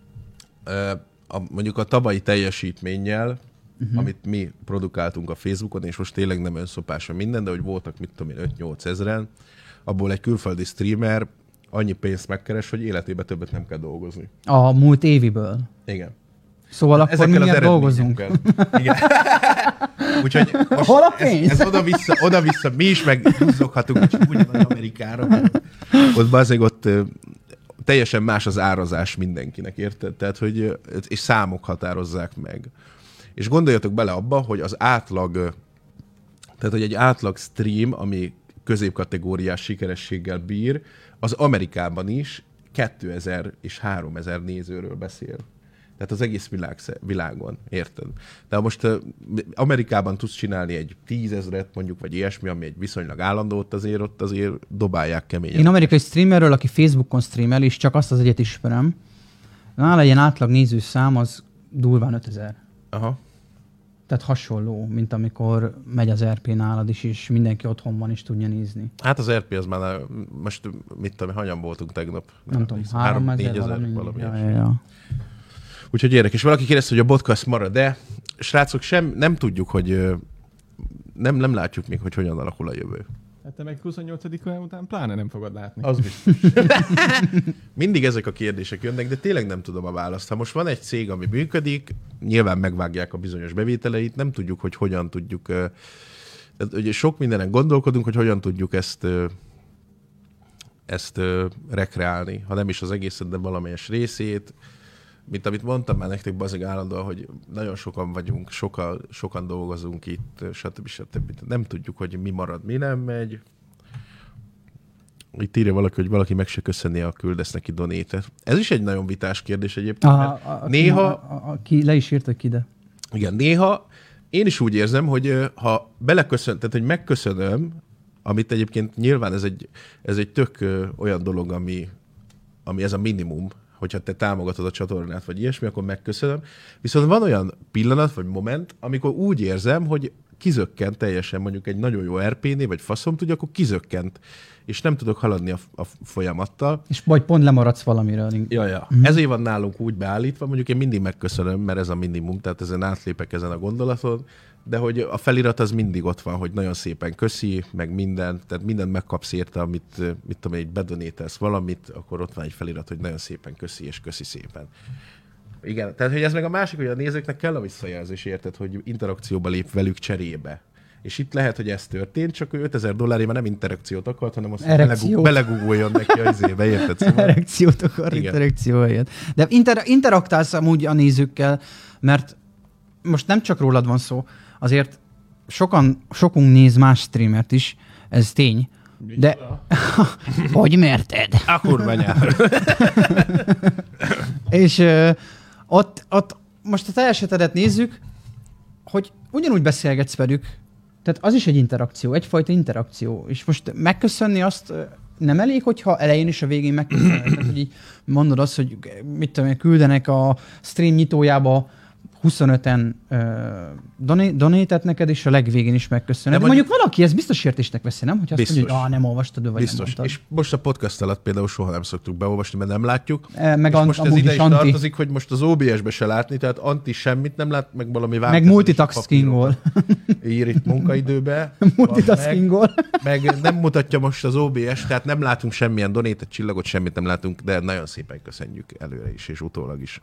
a, mondjuk a tavalyi teljesítménnyel, Uh-huh. amit mi produkáltunk a Facebookon, és most tényleg nem önszopása minden, de hogy voltak, mit tudom én, öt-nyolc ezeren, abból egy külföldi streamer annyi pénzt megkeres, hogy életében többet nem kell dolgozni. A múlt éviből. Igen. Szóval akkor ezekkel mi miért dolgozunk? Igen. Úgyhogy most hol a pénz? Ez, ez oda-vissza, oda-vissza, mi is megduzzoghatunk, csak ugyanaz Amerikára. Ott azért ott teljesen más az árazás mindenkinek, érted? Tehát, hogy, és számok határozzák meg. És gondoljatok bele abba, hogy az átlag, tehát, hogy egy átlag stream, ami középkategóriás sikerességgel bír, az Amerikában is kétezer és háromezer nézőről beszél. Tehát az egész világ, világon, érted? De most uh, Amerikában tudsz csinálni egy tízezret mondjuk, vagy ilyesmi, ami egy viszonylag állandó, ott azért, ott azért dobálják keményen. Én amerikai streamerről, aki Facebookon streamel, és csak azt az egyet ismerem, nála ilyen átlag nézőszám az durván ötezer. Aha. Tehát hasonló, mint amikor megy az er pé nálad is, és mindenki otthon van és tudja nézni. Hát az er pé az már most mit tudom, hanyan voltunk tegnap? Nem, nem tudom, háromezer valami. valami ja, ja, ja. Úgyhogy érdekes. Valaki kérdezte, hogy a podcast marad, de srácok, sem nem tudjuk, hogy nem, nem látjuk még, hogy hogyan alakul a jövő. Hát te meg huszonnyolcadika után pláne nem fogod látni. Az biztos. Mindig ezek a kérdések jönnek, de tényleg nem tudom a választ. Ha most van egy cég, ami működik, nyilván megvágják a bizonyos bevételeit, nem tudjuk, hogy hogyan tudjuk, ugye sok mindenen gondolkodunk, hogy hogyan tudjuk ezt, ezt rekreálni, ha nem is az egészet, de valamelyes részét. Mint amit mondtam már nektek bazeg állandóan, hogy nagyon sokan vagyunk, sokan, sokan dolgozunk itt, stb. stb. Nem tudjuk, hogy mi marad, mi nem megy. Itt írja valaki, hogy valaki meg se köszönné, ha küldesz neki donétet. Ez is egy nagyon vitás kérdés egyébként. A, a, a, néha... A, a, a, ki le is írt, hogy ki de. Igen, néha én is úgy érzem, hogy ha beleköszön, tehát hogy megköszönöm, amit egyébként nyilván ez egy, ez egy tök ö, olyan dolog, ami, ami ez a minimum, hogyha te támogatod a csatornát, vagy ilyesmi, akkor megköszönöm. Viszont van olyan pillanat, vagy moment, amikor úgy érzem, hogy kizökkent teljesen mondjuk egy nagyon jó er pé-nél, vagy faszom tudja, akkor kizökkent, és nem tudok haladni a, a folyamattal. És vagy pont lemaradsz valamiről. Ja, ja. Mm. Ezért van nálunk úgy beállítva, mondjuk én mindig megköszönöm, mert ez a minimum, tehát ezen átlépek ezen a gondolaton, de hogy a felirat az mindig ott van, hogy nagyon szépen köszi, meg minden, tehát mindent megkapsz érte, amit, mit tudom, egy bedonételsz valamit, akkor ott van egy felirat, hogy nagyon szépen köszi, és köszi szépen. Igen, tehát hogy ez meg a másik, hogy a nézőknek kell a visszajelzés, érted, hogy interakcióba lép velük cserébe. És itt lehet, hogy ez történt, csak ő ötezer dollárért már nem interakciót akart, hanem azt belegugoljon neki az izébe, érted? Szóval... Erekciót akar, igen. Interakció helyett. De inter- interaktálsz amúgy a nézőkkel, mert most nem csak rólad van szó, azért sokan, sokunk néz más streamert is, ez tény. De hogy merted? A kurva nyár. És uh, ott, ott most a te esetedet nézzük, hogy ugyanúgy beszélgetsz velük, tehát az is egy interakció, egyfajta interakció. És most megköszönni azt nem elég, hogyha elején és a végén megköszönni. Tehát, hogy így mondod azt, hogy mit tudom, küldenek a stream nyitójába huszonöten uh, donétet neked, és a legvégén is megköszönöd. De mondjuk valaki ezt biztos értésnek veszi, nem? Hogyha azt mondja, hogy ah, nem olvastad, vagy biztos. Nem mondtad. És most a podcast alatt például soha nem szoktuk beolvasni, mert nem látjuk. E, meg és an- most ez ide is anti. tartozik, hogy most az o bé es-be se látni, tehát Anti semmit nem lát, meg valami vágás. Meg multitaskingol. Ír itt munkaidőbe. Multitaskingol. Meg, meg nem mutatja most az o bé es, tehát nem látunk semmilyen donétet, csillagot, semmit nem látunk, de nagyon szépen köszönjük előre is, és utólag is.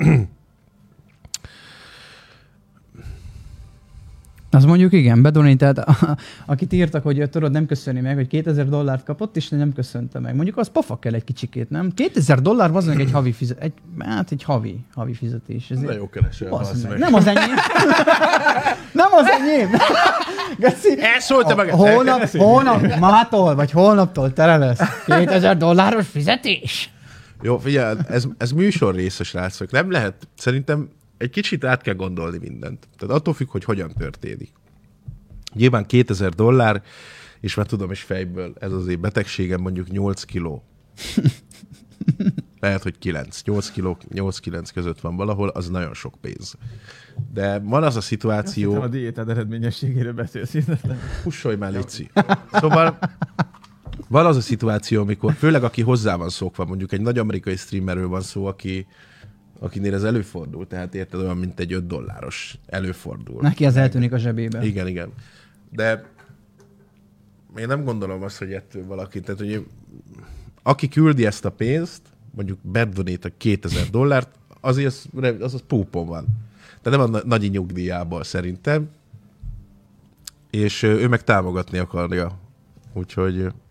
Az mondjuk igen, bedonételt, akit írtak, hogy tudod nem köszönni meg, hogy kétezer dollárt kapott, és nem köszönte meg. Mondjuk az pafa kell egy kicsikét, nem? kétezer dollár az meg egy havi fizet, egy, hát egy havi, havi fizetés. Ez nagyon keresel. Nem az enyém. Nem az enyém. Geci, elszólta meg. Holnap, holnap, mától, vagy holnaptól tele lesz. kétezer dolláros fizetés. Jó, figyelj, ez, ez műsor részes, srácok. Nem lehet, szerintem egy kicsit át kell gondolni mindent. Tehát attól függ, hogy hogyan történik. Nyilván kétezer dollár, és már tudom is fejből, ez az én betegségem mondjuk nyolc kiló. Lehet, hogy kilenc. nyolc kiló, nyolc-kilenc között van valahol, az nagyon sok pénz. De van az a szituáció... Azt hittem, a diétád eredményességéről beszélsz. Pussolj már, Lici. Szóval van az a szituáció, amikor főleg aki hozzá van szokva, mondjuk egy nagy amerikai streamerről van szó, aki akinél ez előfordul, tehát érted, olyan, mint egy öt dolláros előfordul. Neki az eltűnik a zsebébe. Igen, igen. De én nem gondolom azt, hogy ettől valaki, tehát hogy aki küldi ezt a pénzt, mondjuk bedonét a kétezer dollárt, azért az, az, az púpon van. Tehát nem a nagyi nyugdíjából szerintem. És ő meg támogatni akarja. Úgyhogy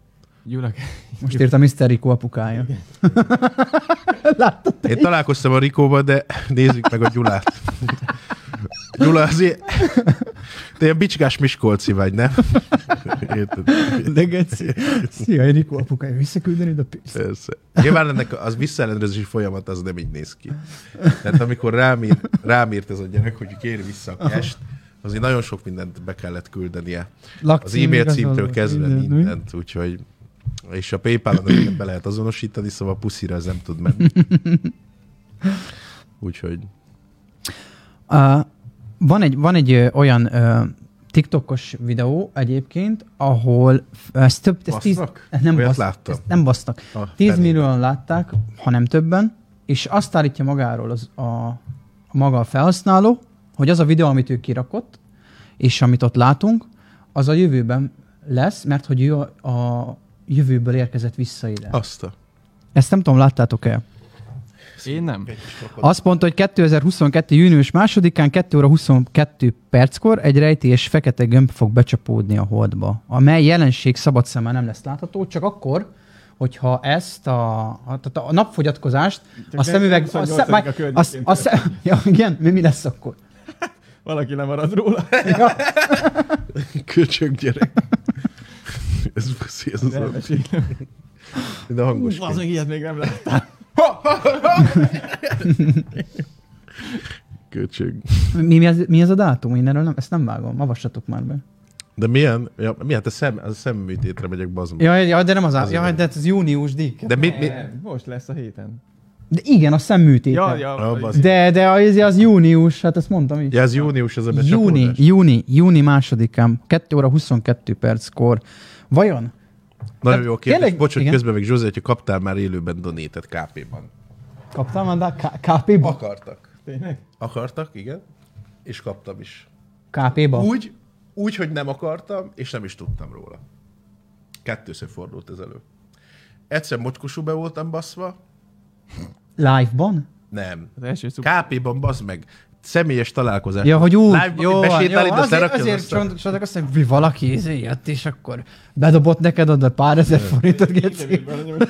Gyulak. Most írta miszter Rico apukája. Láttad? Én találkoztam a Rikóval, de nézzük meg a Gyulát. Gyula azért... Te ilyen bicskás miskolci vagy, nem? Érted? De geci. Szia, Rico apukája, visszaküldeni a pénzt. Persze. Nyilván ennek az visszaellenőrzési folyamat az nem így néz ki. Tehát amikor rám, ír, rám írt ez a gyerek, hogy kér vissza a cash-t, azért nagyon sok mindent be kellett küldenie. Lakcím, Az e-mail igazol, címtől kezdve minden, mindent, úgyhogy és a PayPal-on be lehet azonosítani, szóval puszira ez nem tud menni. Úgyhogy... Uh, van egy, van egy ö, olyan uh, TikTokos videó egyébként, ahol ez több... Ez tíz, nem, Olyat basz, láttam. ezt nem basztak. A tízmillióan látták, ha nem többen, és azt állítja magáról az, a, a maga a felhasználó, hogy az a videó, amit ő kirakott, és amit ott látunk, az a jövőben lesz, mert hogy ő a, a jövőből érkezett vissza ide. Azt a... Ezt nem tudom, láttátok-e? Én nem. Azt mondta, hogy kétezer-huszonkettő. június másodikán kettő óra huszonkettő perckor egy rejtélyes fekete gömb fog becsapódni a holdba, amely jelenség szabad szemmel nem lesz látható, csak akkor, hogyha ezt a, a, a napfogyatkozást, Csak a szemüveg... A szem, huszonnyolcadika a, környékén a, a szem, ja, igen, mi, mi lesz akkor? Valaki lemarad róla. Ja. Köcsög gyerek. Ez buszi, ez az a... De hangos. Az meg ilyet még nem láttál. Köcsög. Mi, mi, ez, mi ez a dátum? Én erről nem, ezt nem vágom, avassatok már be. De milyen? Ja, milyen? Te szem, az a szemműtétre megyek, bazd meg. Ja, ja, de nem az, Az az ja, az. de ez június dik. De mi, mi? Nem, most lesz a héten. De igen, a szemműtét. Ja, ja. Ah, bazd. De, de az, az június, hát ezt mondtam is. Ja, ez június, ez a Júni, becsapódás. júni, júni másodikán, kettő óra huszonkettő perckor. Vajon? Nagyon Tehát jó kérdés. tényleg- Bocs, hogy igen. közben még Zsuzsi, hogyha kaptál már élőben donétet ká pé-ban. Kaptál már ká pé-ba? Akartak. Tényleg? Akartak, igen. És kaptam is. ká pé-ba? Úgy, úgy, hogy nem akartam, és nem is tudtam róla. Kettőször fordult ez elő. Egyszer mocskosú be voltam baszva. Live-ban? Nem. Az első szuper. ká pé-ban bazd meg. Személyes találkozás. Ja, hogy úgy, Live-ban, jó hogy van, jó, besétál, itt, azt azért, lerakja az azért asztalra. csont- csontok azt mondja, hogy valaki izé jött, és akkor bedobott neked oda pár ezer forintot, Geci.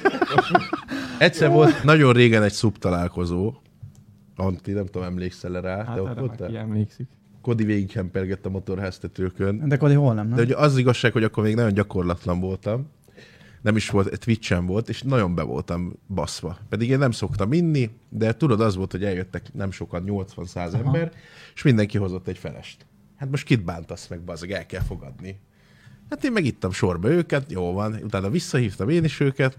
Egyszer volt nagyon régen egy szub találkozó. Antti, nem tudom, emlékszel rá, Hát de ott erre már voltál? ki emlékszik. Kodi végighempergett a motorháztetőkön. De Kodi hol nem, De nem? ugye az igazság, hogy akkor még nagyon gyakorlatlan voltam. Nem is volt, Twitch-en volt, és nagyon be voltam baszva. Pedig én nem szoktam inni, de tudod, az volt, hogy eljöttek nem sokan, nyolcvan-száz ember, és mindenki hozott egy felest. Hát most kit bántasz meg, bazzeg, el kell fogadni. Hát én meg ittam sorba őket, jó van, utána visszahívtam én is őket,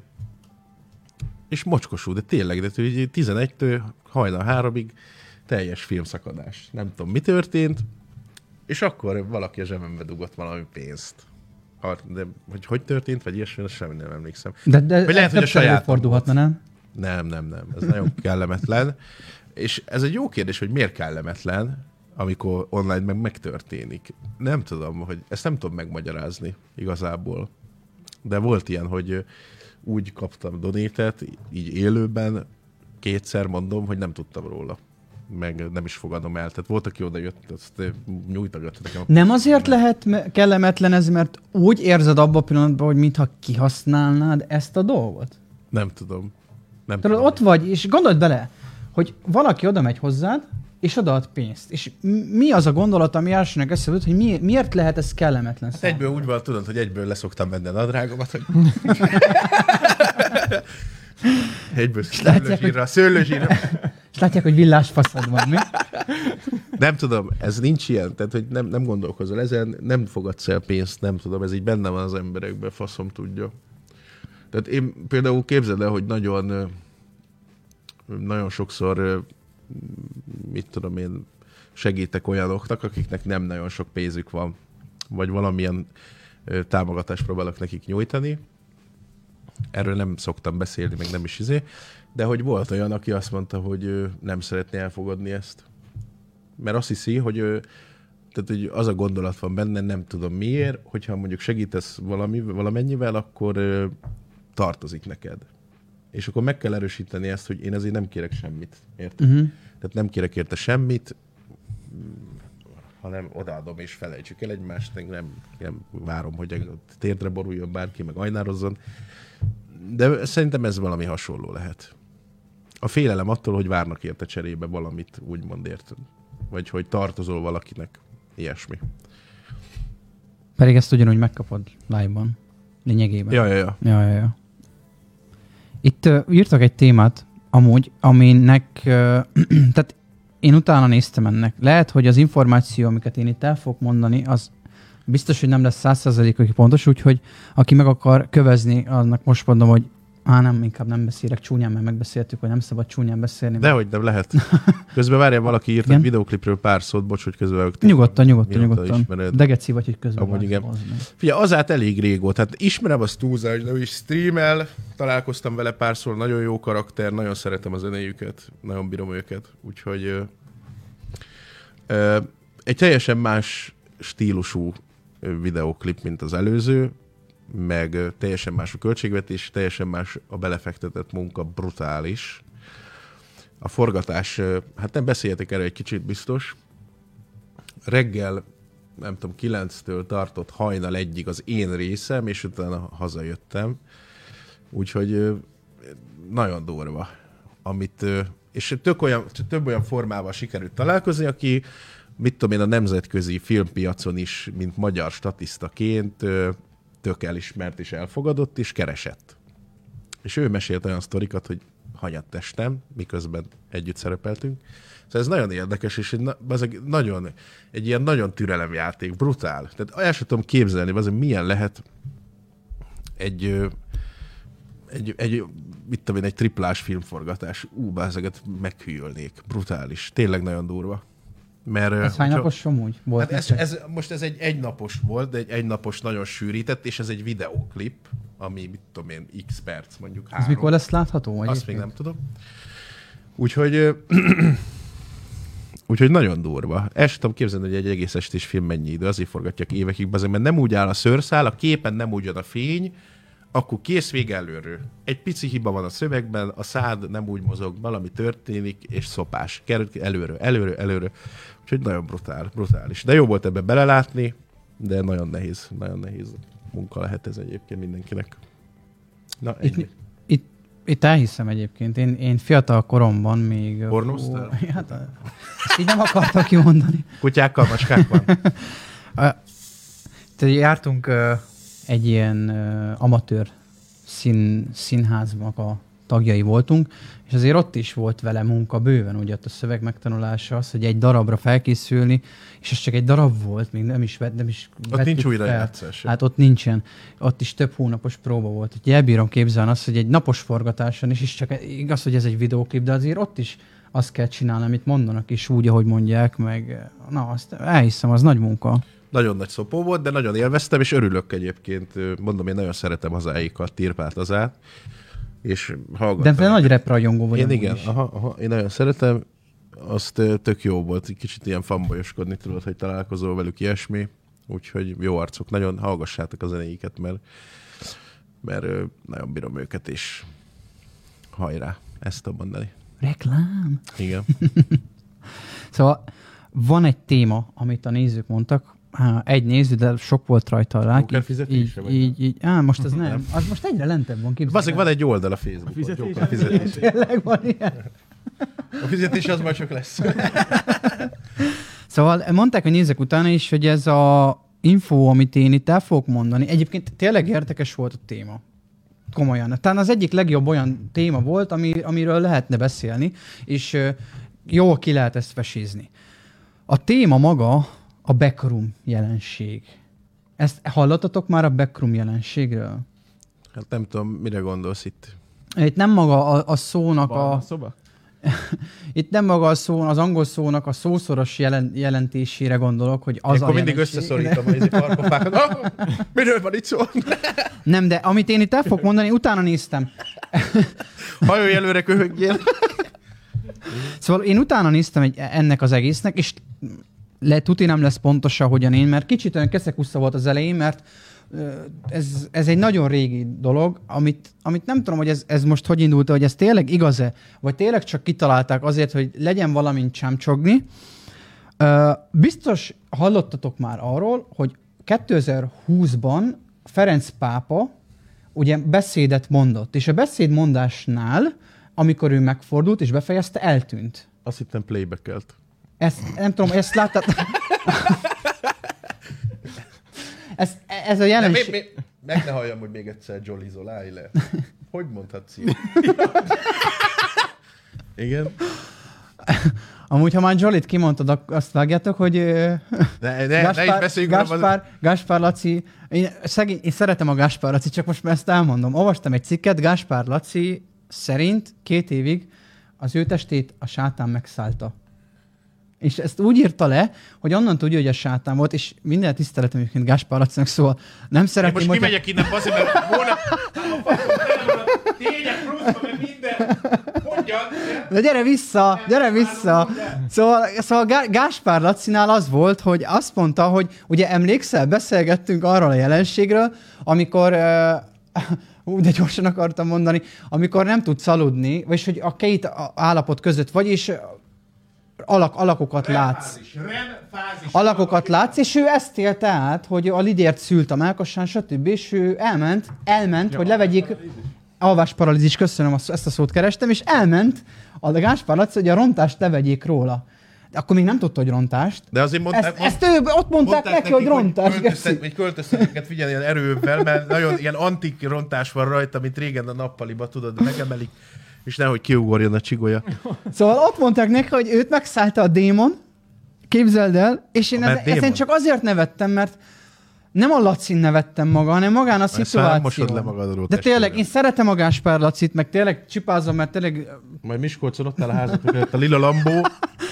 és mocskosú, de tényleg, de hogy tizenegytől hajnal háromig teljes filmszakadás. Nem tudom, mi történt, és akkor valaki a zsebembe dugott valami pénzt. Ha- De hogy hogy történt, vagy ilyesmi, azt semmi nem emlékszem. De, de Vagy lehet, hogy a többször sajátom előfordulhatna, nem? Nem, nem, nem. Ez nagyon kellemetlen. És ez egy jó kérdés, hogy miért kellemetlen, amikor online meg megtörténik. Nem tudom, hogy ezt nem tudom megmagyarázni igazából. De volt ilyen, hogy úgy kaptam donétet, így élőben, kétszer mondom, hogy nem tudtam róla. Meg nem is fogadom el. Tehát volt, aki oda jött, azt nyújtogatta nekem. Nem azért lehet me- kellemetlen ez, mert úgy érzed abban a pillanatban, hogy mintha kihasználnád ezt a dolgot? Nem tudom. Nem Tudod, tudom. ott vagy, és gondold bele, hogy valaki oda megy hozzád, és odaad pénzt. És m- mi az a gondolat, ami elsőnek eszébe jut, hogy mi- miért lehet ez kellemetlen Hát számomra? egyből úgy van, tudod, hogy egyből leszoktam benne a nadrágomat, hogy... egyből szőlőzsírra, szőlőzsírra. És látják, hogy villás faszad van, mi? Nem tudom, ez nincs ilyen, tehát hogy nem, nem gondolkozol ezen, nem fogadsz el pénzt, nem tudom, ez így benne van az emberekben, faszom tudja. Tehát én például képzeld el, hogy nagyon, ö, nagyon sokszor, ö, mit tudom én, segítek olyanoknak, akiknek nem nagyon sok pénzük van, vagy valamilyen ö, támogatást próbálok nekik nyújtani. Erről nem szoktam beszélni, meg nem is izé, de hogy volt olyan, aki azt mondta, hogy ö, nem szeretné elfogadni ezt. Mert azt hiszi, hogy, ö, tehát, hogy az a gondolat van benne, nem tudom miért, hogyha mondjuk segítesz valami, valamennyivel, akkor ö, tartozik neked. És akkor meg kell erősíteni ezt, hogy én ezért nem kérek semmit. Érted? Uh-huh. Tehát nem kérek érte semmit. hanem odaadom és felejtsük el egymást, nem, nem várom, hogy térdre boruljon bárki, meg ajnározzon. De szerintem ez valami hasonló lehet. A félelem attól, hogy várnak érte cserébe valamit, úgymond érted. Vagy hogy tartozol valakinek. Ilyesmi. Pedig ezt ugyanúgy megkapod live-ban. Lényegében. Ja, ja, ja. ja, ja, ja. Itt uh, írtak egy témát, amúgy, aminek, uh, tehát én utána néztem ennek. Lehet, hogy az információ, amiket én itt el fogok mondani, az biztos, hogy nem lesz száz százalékig pontos, úgyhogy aki meg akar kövezni, annak most mondom, hogy á, nem, inkább nem beszélek csúnyán, mert megbeszéltük, hogy nem szabad csúnyán beszélni. Dehogy nem lehet. Közben várjál, valaki írt egy videóklipről pár szót, bocs, hogy közben... Nyugodtan, nyugodtan, nyugodtan. De geci vagy, hogy közben amúgy igen. Figyelj, az át elég régóta. Hát ismerem az túlzás, de ő is streamel, találkoztam vele párszor, nagyon jó karakter, nagyon szeretem a zenéjüket, nagyon bírom őket, úgyhogy ö, ö, egy teljesen más stílusú videóklip, mint az előző, meg teljesen más a költségvetés, teljesen más a belefektetett munka, brutális. A forgatás, hát nem beszéljetek erről egy kicsit biztos. Reggel, nem tudom, kilenctől tartott hajnal egyig az én részem, és utána hazajöttem. Úgyhogy nagyon durva. Amit, és tök olyan, több olyan formával sikerült találkozni, aki, mit tudom én, a nemzetközi filmpiacon is, mint magyar statisztaként tök elismert és elfogadott, és keresett. És ő mesélt olyan sztorikat, hogy hanyat testem, miközben együtt szerepeltünk. Szóval ez nagyon érdekes, és egy, egy, nagyon, egy ilyen nagyon türelemjáték, brutál. Tehát el sem tudom képzelni, az, milyen lehet egy, egy, egy, mit tudom én, egy triplás filmforgatás. Ú, bázeget meghűlnék. Brutális. Tényleg nagyon durva. Mert, ez hány napos amúgy volt? Hát ez, ez, most ez egy egynapos volt, de egy egynapos nagyon sűrített, és ez egy videóklip, ami, mit tudom én, x perc, mondjuk három. Ez mikor lesz látható? Azt egyébként? Még nem tudom. Úgyhogy, úgyhogy nagyon durva. El sem tudom képzelni, hogy egy egész estés film mennyi idő, azért forgatják évekig, mert nem úgy áll a szőrszál, a képen nem úgy jön a fény, akkor kész, vége előről. Egy pici hiba van a szövegben, a szád nem úgy mozog, valami történik, és szopás. Kerül előről, előről, előről. Úgyhogy nagyon brutál, brutális. De jó volt ebbe belelátni, de nagyon nehéz, nagyon nehéz munka lehet ez egyébként mindenkinek. Na, itt, itt, itt elhiszem egyébként. Én, én fiatal koromban még... Pornosztál? Hát, ezt így nem akartak kimondani. Kutyákkal, macskákkal? Tehát jártunk egy ilyen uh, amatőr szín, színháznak a tagjai voltunk, és azért ott is volt vele munka bőven, ugye ott a szöveg megtanulása, az, hogy egy darabra felkészülni, és ez csak egy darab volt, még nem is vett, nem is ott nincs újrajátszás. Hát ott nincsen. Ott is több hónapos próba volt. Úgyhogy elbírom képzelni azt, hogy egy napos forgatáson is, és csak igaz, hogy ez egy videóklip, de azért ott is azt kell csinálni, amit mondanak, és úgy, ahogy mondják, meg na, azt elhiszem, az nagy munka. Nagyon nagy szopó volt, de nagyon élveztem, és örülök egyébként. Mondom, én nagyon szeretem hazáikat, Tirpát hazát. És hallgattam. De te nagy rap rajongó vagy. Én igen, aha, aha, én nagyon szeretem. Azt tök jó volt, kicsit ilyen fanbolyoskodni tudod, hogy találkozol velük ilyesmi. Úgyhogy jó arcok, nagyon hallgassátok a zenéiket, mert, mert nagyon bírom őket, és hajrá, ezt tudom mondani. Reklám! Igen. Szóval van egy téma, amit a nézők mondtak, egy néző, de sok volt rajta rá. Így, így, így, így, á, most az nem. nem. Az most egyre lentebb van, képzelni. Bazdmeg, van egy oldal a Facebookon. A fizetés. A fizetés. Tényleg van ilyen. A fizetés az majd csak lesz. Szóval mondták a nézők utána is, hogy ez a info, amit én itt el fogok mondani, egyébként tényleg érdekes volt a téma. Komolyan. Talán az egyik legjobb olyan téma volt, ami, amiről lehetne beszélni, és jól ki lehet ezt vesézni. A téma maga a backroom jelenség. Ezt hallottatok már a backroom jelenségről? Hát nem tudom, mire gondolsz itt. Itt nem maga a, a szónak a... a szoba? Itt nem maga a szó, az angol szónak a szószoros jelen, jelentésére gondolok, hogy az Akkor a mindig jelenség... összeszorítom a farpofákat. Oh, miről van itt szó? Nem, de amit én itt el fogok mondani, utána néztem. Hajolj előre, köhögjél. Szóval én utána néztem egy, ennek az egésznek, és le, tuti nem lesz pontos, ahogyan én, mert kicsit olyan keszekusza volt az elején, mert ez, ez egy nagyon régi dolog, amit, amit nem tudom, hogy ez, ez most hogy indult, hogy ez tényleg igaz-e, vagy tényleg csak kitalálták azért, hogy legyen valamint csámcsogni. Uh, biztos hallottatok már arról, hogy kétezer-húszban Ferenc pápa ugye beszédet mondott, és a beszédmondásnál, amikor ő megfordult és befejezte, eltűnt. Azt hittem playbackelt. Ezt, nem tudom, ezt láttad? ez, ez a jelenség... Mi, mi, meg ne halljam, hogy még egyszer Jolly Zol, állj le. Hogy mondhatsz így? Igen? Amúgy, ha már Jolly-t kimondtad, azt vágjátok, hogy... Ne, ne, Gáspár, ne is beszéljünk. Gáspár, az... Gáspár Laci... Én, szegény, én szeretem a Gáspár Laci, csak most már ezt elmondom. Olvastam egy cikket, Gáspár Laci szerint két évig az ő testét a sátán megszállta. És ezt úgy írta le, hogy onnan tudja, hogy a sátán volt, és minden tiszteletem egyébként Gáspár Lacinak, szóval nem szeretném... Én most kimegyek innen, azért, mert holnap... Tényleg, pluszban, meg minden... Mondjad! De gyere vissza, gyere vissza! Szóval, szóval Gáspár Lacinál az volt, hogy azt mondta, hogy ugye emlékszel, beszélgettünk arról a jelenségről, amikor... Uh, de gyorsan akartam mondani, amikor nem tudsz aludni, vagyis hogy a két állapot között vagy, és alak, alakokat látsz. Alakokat látsz, és ő ezt élte át, hogy a lidért szült a mellkassán, stb. És ő elment, elment, ja, hogy levegyék... Alvásparalízis, köszönöm, ezt a szót kerestem, és elment a Gáspár Laci, hogy a rontást levegyék róla. Akkor még nem tudta, hogy rontást. De azért mondták, ezt, ezt ő, ott mondták, mondták neki, neki, hogy rontást. Hogy költöztetőket figyelni ilyen erővel, mert nagyon ilyen antik rontás van rajta, mint régen a nappaliba, tudod, megemelik, és nehogy kiugorjon a csigolya. Szóval ott mondták neki, hogy őt megszállta a démon, képzeld el, és én ez, ezen csak azért nevettem, mert nem a Lacin nevettem maga, hanem magán a szituáción. Le magadról, de tényleg, én szeretem a Gáspár Lacit, meg tényleg csipázom, mert tényleg... Majd Miskolcon ott áll a házatok, a lila Lambó.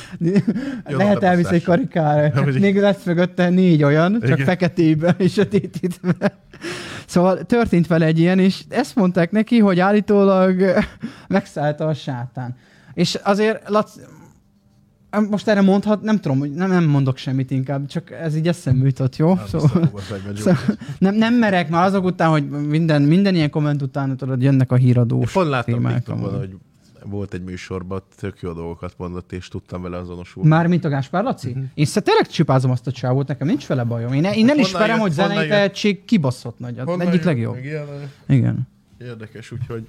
Lehet elvisz egy karikára. Még lesz mögötte négy olyan, csak igen. Feketében és sötétítve. Szóval történt vele egy ilyen, és ezt mondták neki, hogy állítólag megszállta a sátán. És azért Laci... Most erre mondhat, nem tudom, nem, nem mondok semmit inkább, csak ez így eszembe jutott, jó? Nem, szóval, szóval nem, nem merek már azok után, hogy minden, minden ilyen komment után tudod, jönnek a híradós témák. Pont láttam volna, hogy volt egy műsorban, tök jó dolgokat mondott, és tudtam vele azonosulni. Mármint a Gáspár Laci? Uh-huh. Én tényleg csipázom azt a csávót, nekem nincs vele bajom. Én, én elismerem, jött, hogy zenei tehetség kibaszott nagy. Egyik legjobb. Igen. Érdekes, úgyhogy...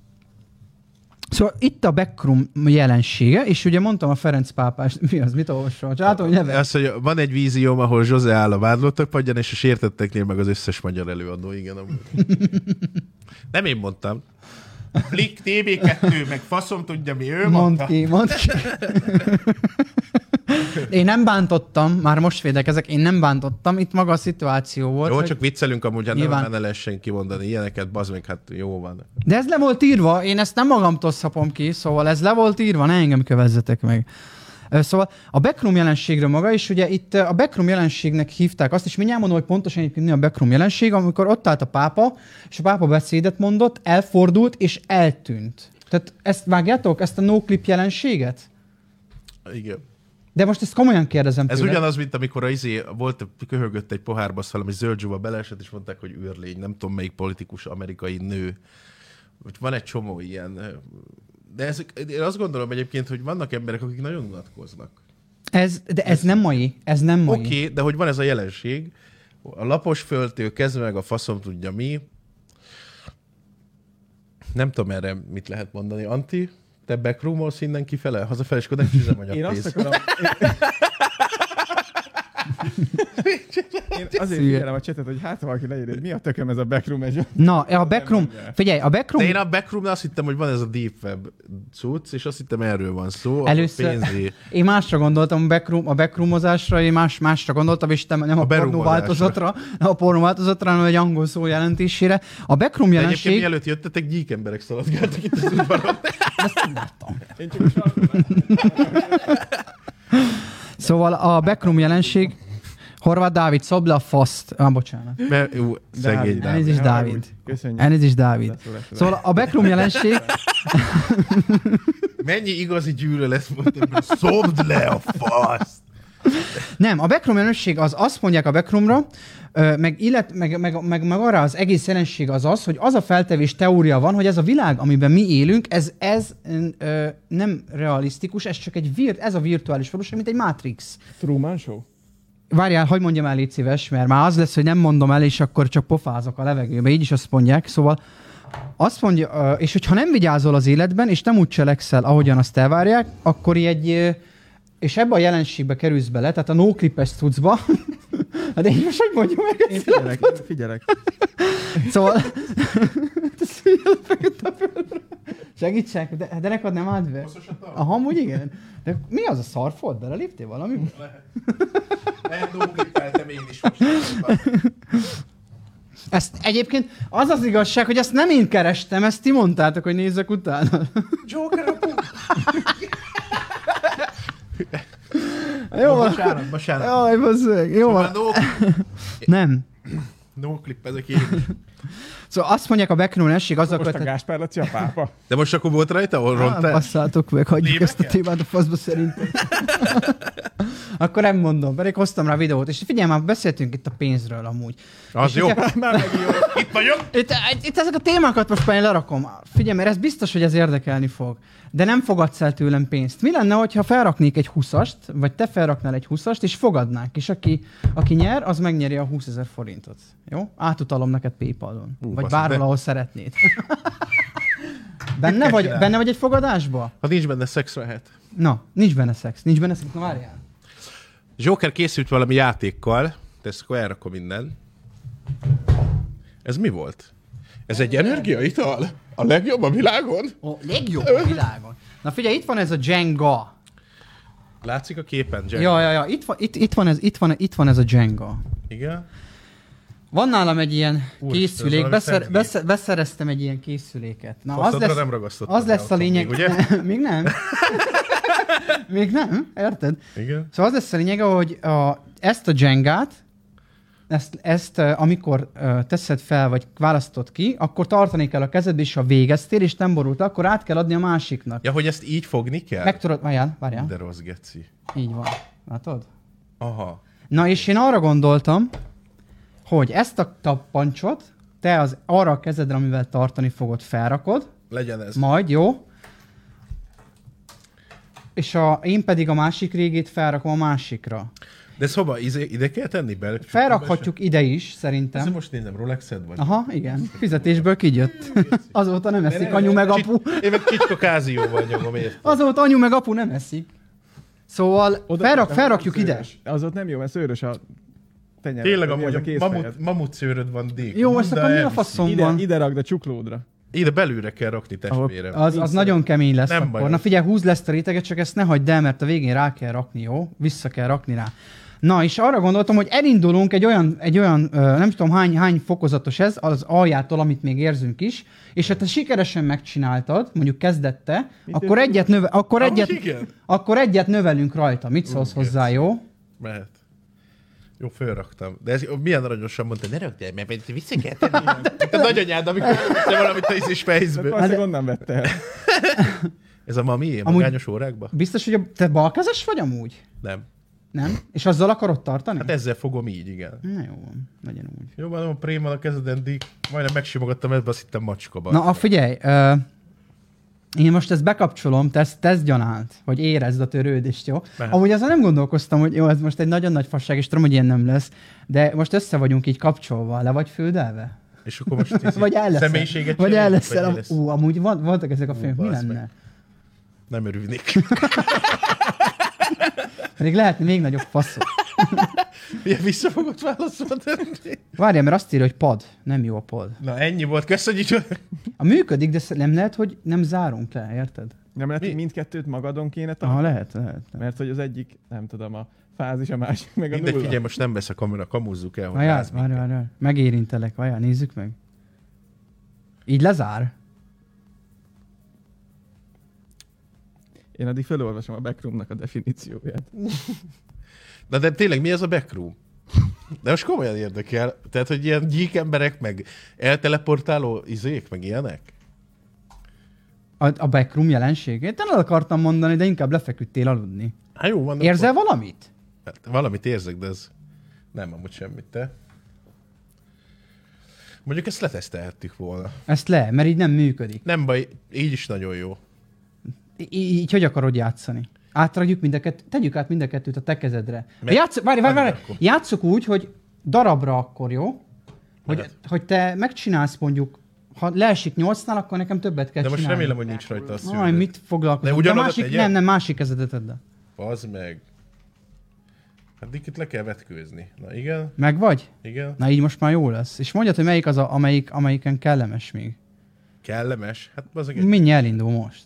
Szóval itt a backroom jelensége, és ugye mondtam a Ferenc pápás, mi az, mit olvasol? Látom, hogy neve. Az, hogy van egy vízióm, ahol Zsozé áll a vádlottak padján, és a sértetteknél meg az összes magyar előadó, igen. Nem én mondtam. Flick, té vé kettő, meg faszom tudja, mi ő mondd mondta. Ki, mondd ki. Én nem bántottam, már most védekezek, én nem bántottam, itt maga a szituáció volt. Jó, hogy... csak viccelünk amúgy, hát nyilván... nem ne lehessen kimondani ilyeneket, bazd meg, hát jó van. De ez le volt írva, én ezt nem magamtól szapom ki, szóval ez le volt írva, ne engem kövezzetek meg. Szóval a backroom jelenségről maga, és ugye itt a backroom jelenségnek hívták azt, és mindjárt mondom, hogy pontosan egyébként mi a backroom jelenség, amikor ott állt a pápa, és a pápa beszédet mondott, elfordult, és eltűnt. Tehát ezt vágjátok, ezt a no-clip jelenséget? Igen. De most ezt komolyan kérdezem Ez tőle. ugyanaz, mint amikor a izé volt, köhögött egy pohárba, azt valami zöld zsuba beleesett, és mondták, hogy űrlény. Nem tudom, melyik politikus amerikai nő. Van egy csomó ilyen... De ez, én azt gondolom egyébként, hogy vannak emberek, akik nagyon unatkoznak. Ez, de ez, ez nem mai. Ez nem mai. Oké, okay, de hogy van ez a jelenség. A lapos földtől kezdve meg a faszom tudja mi. Nem tudom erre mit lehet mondani. Anti, te backroomolsz innen kifele? Hazafele, és akkor nem üzemanyag Én pénz. azt akarom... Én azért figyelem a csetet, hogy hát valaki leír, hogy mi a tököm ez a backroom. Ez Na, a backroom, figyelj, a backroom... De én a backroomnál azt hittem, hogy van ez a deep web cucc, és azt hittem erről van szó. Először, pénzé... én másra gondoltam a, backroom, a backroomozásra, én más, másra gondoltam, és nem a, a pornó változatra, a pornó változatra, hanem egy angol szó jelentésére. A backroom de jelenség... egyébként mielőtt jöttetek, gyík emberek szaladgáltak itt az udvaron. Ezt nem láttam. Én csak szóval a backroom jelenség Horváth Dávid, szobd le a faszt. Ah, bocsánat. Mert jó, szegény Dávid. Elnézést Dávid. Köszönjük. Elnézést Dávid. Szóval a backroom jelenség... Mennyi igazi gyűlölet mondtam, hogy szobd le a faszt. Nem, a backroom jelenség az azt mondják a backroomra, meg, illet, meg, meg, meg, meg arra az egész jelenség az az, hogy az a feltevés teória van, hogy ez a világ, amiben mi élünk, ez, ez ö, nem realisztikus, ez csak egy virt, ez a virtuális valóság, mint egy Matrix. Truman Show? Várjál, hogy mondjam el, légy szíves, mert már az lesz, hogy nem mondom el, és akkor csak pofázok a levegőbe, így is azt mondják. Szóval azt mondja, és hogyha nem vigyázol az életben, és nem úgy cselekszel, ahogyan azt elvárják, akkor egy, és ebbe a jelenségbe kerülsz bele, tehát a no-clipes cuccba, de én most hogy mondjam meg? Én figyelek, én figyelek. Szóval, segítsek, de, de neked nem állt be? Aha, amúgy igen. De mi az a szarfolt? Beleléptél valami? Lehet. Lehet no-clippeltem én is most. Ezt egyébként az az igazság, hogy ezt nem én kerestem, ezt ti mondtátok, hogy nézzek utána. Joker a punk! Jó van. Bocsánat, bocsánat. Jaj, bazzeg. Jó van. No, Nem. no clip ezek én. Szóval azt mondják a backroom jelenség azzal Most a kötet... Gáspár Laci a pápa. De most akkor volt rajta, ahol Ah, rontál? basszátok meg, hagyjuk Némeket? ezt a témát a faszba szerintem. Akkor nem mondom, pedig hoztam rá videót, és figyelj már, beszéltünk itt a pénzről amúgy. Az És jó. itt- Már megint jó. Itt vagyok. Itt, itt ezek a témákat most már én lerakom. Figyelj, mert ez biztos, hogy ez érdekelni fog. De nem fogadsz el tőlem pénzt. Mi lenne, hogyha felraknék egy húszast, vagy te felraknál egy húszast, és fogadnánk, és aki, aki nyer, az megnyeri a húszezer forintot. Jó? Átutalom neked PayPal-on. Ú, Vagy basz, bárhol, de- ahol szeretnéd. Benne vagy, benne vagy egy fogadásba? Ha nincs benne szex, lehet. Na, nincs benne szex. Nincs benne szex. Na várjál. Joker készült valami játékkal, de ezt akkor elrakom innen. Ez mi volt? Ez egy energiaital? A legjobb a világon? A legjobb a világon. Na figyelj, itt van ez a Jenga. Látszik a képen, Jack? Ja, ja, ja. Itt van, itt, itt van, ez, itt van, itt van ez a Jenga. Igen? Van nálam egy ilyen Úristen, készülék, valami beszer, szentgép. beszer, beszereztem egy ilyen készüléket. Na, az Faszodra lesz, nem ragasztottam az rá lesz a otthon lényeg. még, ugye? Még nem. Még nem, érted? Igen. Szóval az lesz a lényeg, hogy a, ezt a Jengát, ezt, ezt uh, amikor uh, teszed fel, vagy választod ki, akkor tartani kell a kezedbe, és ha végeztél, és nem borult, akkor át kell adni a másiknak. Ja, hogy ezt így fogni kell? Meg tudod, várjál, várjál. De rossz geci. Így van. Látod? Aha. Na és én arra gondoltam, hogy ezt a tappancsot te az arra a kezedre, amivel tartani fogod, felrakod, Legyen ez. majd, jó? És a, én pedig a másik régét felrakom a másikra. De ez hova? Ide, ide kell tenni bele? Felrakhatjuk ide is, Ez szerintem. most nézem, Rolexed vagy? Aha, igen. Fizetésből kijött. Azóta nem eszik anyu meg apu. Én meg kicskokázióval nyomom, érted? Azóta anyu meg apu nem eszik. Szóval felrak, felrakjuk ide. Az ott nem jó, mert szőrös a tenyere. Tényleg Mi az amúgy a kézfejed? mamut, mamut szőröd van dík. Jó, most De akkor mi a elviszi. faszom Ide, van? ide rakd a csuklódra. Ide belülre kell rakni testvérem. Az, az nagyon kemény lesz Nem akkor. baj. Na figyelj, húzd le ezt a réteget, csak ezt ne hagyd el, mert a végén rá kell rakni, jó? Vissza kell rakni rá. Na, és arra gondoltam, hogy elindulunk egy olyan, egy olyan ö, nem tudom hány, hány fokozatos ez, az aljától, amit még érzünk is, és ha te sikeresen megcsináltad, mondjuk kezdette, akkor egyet, növe, akkor, Amúgy egyet, igen. akkor egyet növelünk rajta. Mit szólsz Ú, hozzá, jó? Mehet. Jó, fölraktam. De ez milyen aranyosan mondta, ne rakd el, mert vissza kell tenni. Mint a nagyanyád, amikor te valamit a izés De fejzből. valószínűleg onnan vette el. Ez a mami, Amúgy- magányos órákba? Biztos, hogy a, te balkezes vagy amúgy? Nem. Nem? És azzal akarod tartani? Hát ezzel fogom így, igen. Na jó van, legyen úgy. Jó, van, a prémmal a kezeden, Dick. Majdnem megsimogattam ebbe, azt hittem macskaba. Na, a figyelj, uh, én most ezt bekapcsolom, te ezt, te ezt gyanánt, hogy érezd a törődést, jó? Mehet. Amúgy azon nem gondolkoztam, hogy jó, ez most egy nagyon nagy fasság, és tudom, hogy ilyen nem lesz, de most össze vagyunk így kapcsolva, le vagy földelve? És akkor most izé, Vagy el leszel? személyiséget Vagy cserélünk, el leszel? mi lesz? Ú, amúgy van, voltak ezek a filmek, mi bassz lenne? meg. Nem örülnék. Pedig lehetne még nagyobb faszok. Milyen visszafogott választ van tenni? Várjál, mert azt írja, hogy pad. Nem jó a pad. Na ennyi volt, köszönjük. A működik, de sz- nem lehet, hogy nem zárunk le, érted? Nem lehet, Mi? hogy mindkettőt magadon kéne Aha, tartani? lehet, lehet. Mert hogy az egyik, nem tudom, a fázis, a másik, meg a Mindegy, nulla. figyelj, most nem vesz a kamera, kamúzzuk el, hogy Várjál, ráz várjál, minket. várjál. Megérintelek, várjál, nézzük meg. Így lezár? Én addig felolvasom a backroomnak a definícióját. Na de tényleg mi ez a backroom? De most komolyan érdekel. Tehát, hogy ilyen gyík emberek, meg elteleportáló izék, meg ilyenek? A, a backroom jelenség? Én el akartam mondani, de inkább lefeküdtél aludni. Hát jó van. Érzel valamit? Hát, valamit érzek, de ez nem amúgy semmit, te. Mondjuk ezt letesztelhettük volna. Ezt le, mert így nem működik. Nem baj, így is nagyon jó. Í- így hogy akarod játszani? Átrakjuk mind a kettőt, tegyük át mind a kettőt a te kezedre. Meg- Játsz, várj, várj, várj, akkor. játsszuk úgy, hogy darabra akkor, jó? Hogy, Lehet. hogy te megcsinálsz mondjuk, ha leesik nyolcnál, akkor nekem többet kell De most csinálni. remélem, hogy nincs rajta a szőnyeg. Aj, mit foglalkozom? De De ugyanoda másik, tegye? nem, nem, másik kezedet tedd le. Az meg. Hát itt le kell vetkőzni. Na igen, Meg vagy? igen. Na így most már jó lesz. És mondjad, hogy melyik az, a, amelyik, amelyiken kellemes még. Kellemes. Hát az egy... Mindjárt elindul most.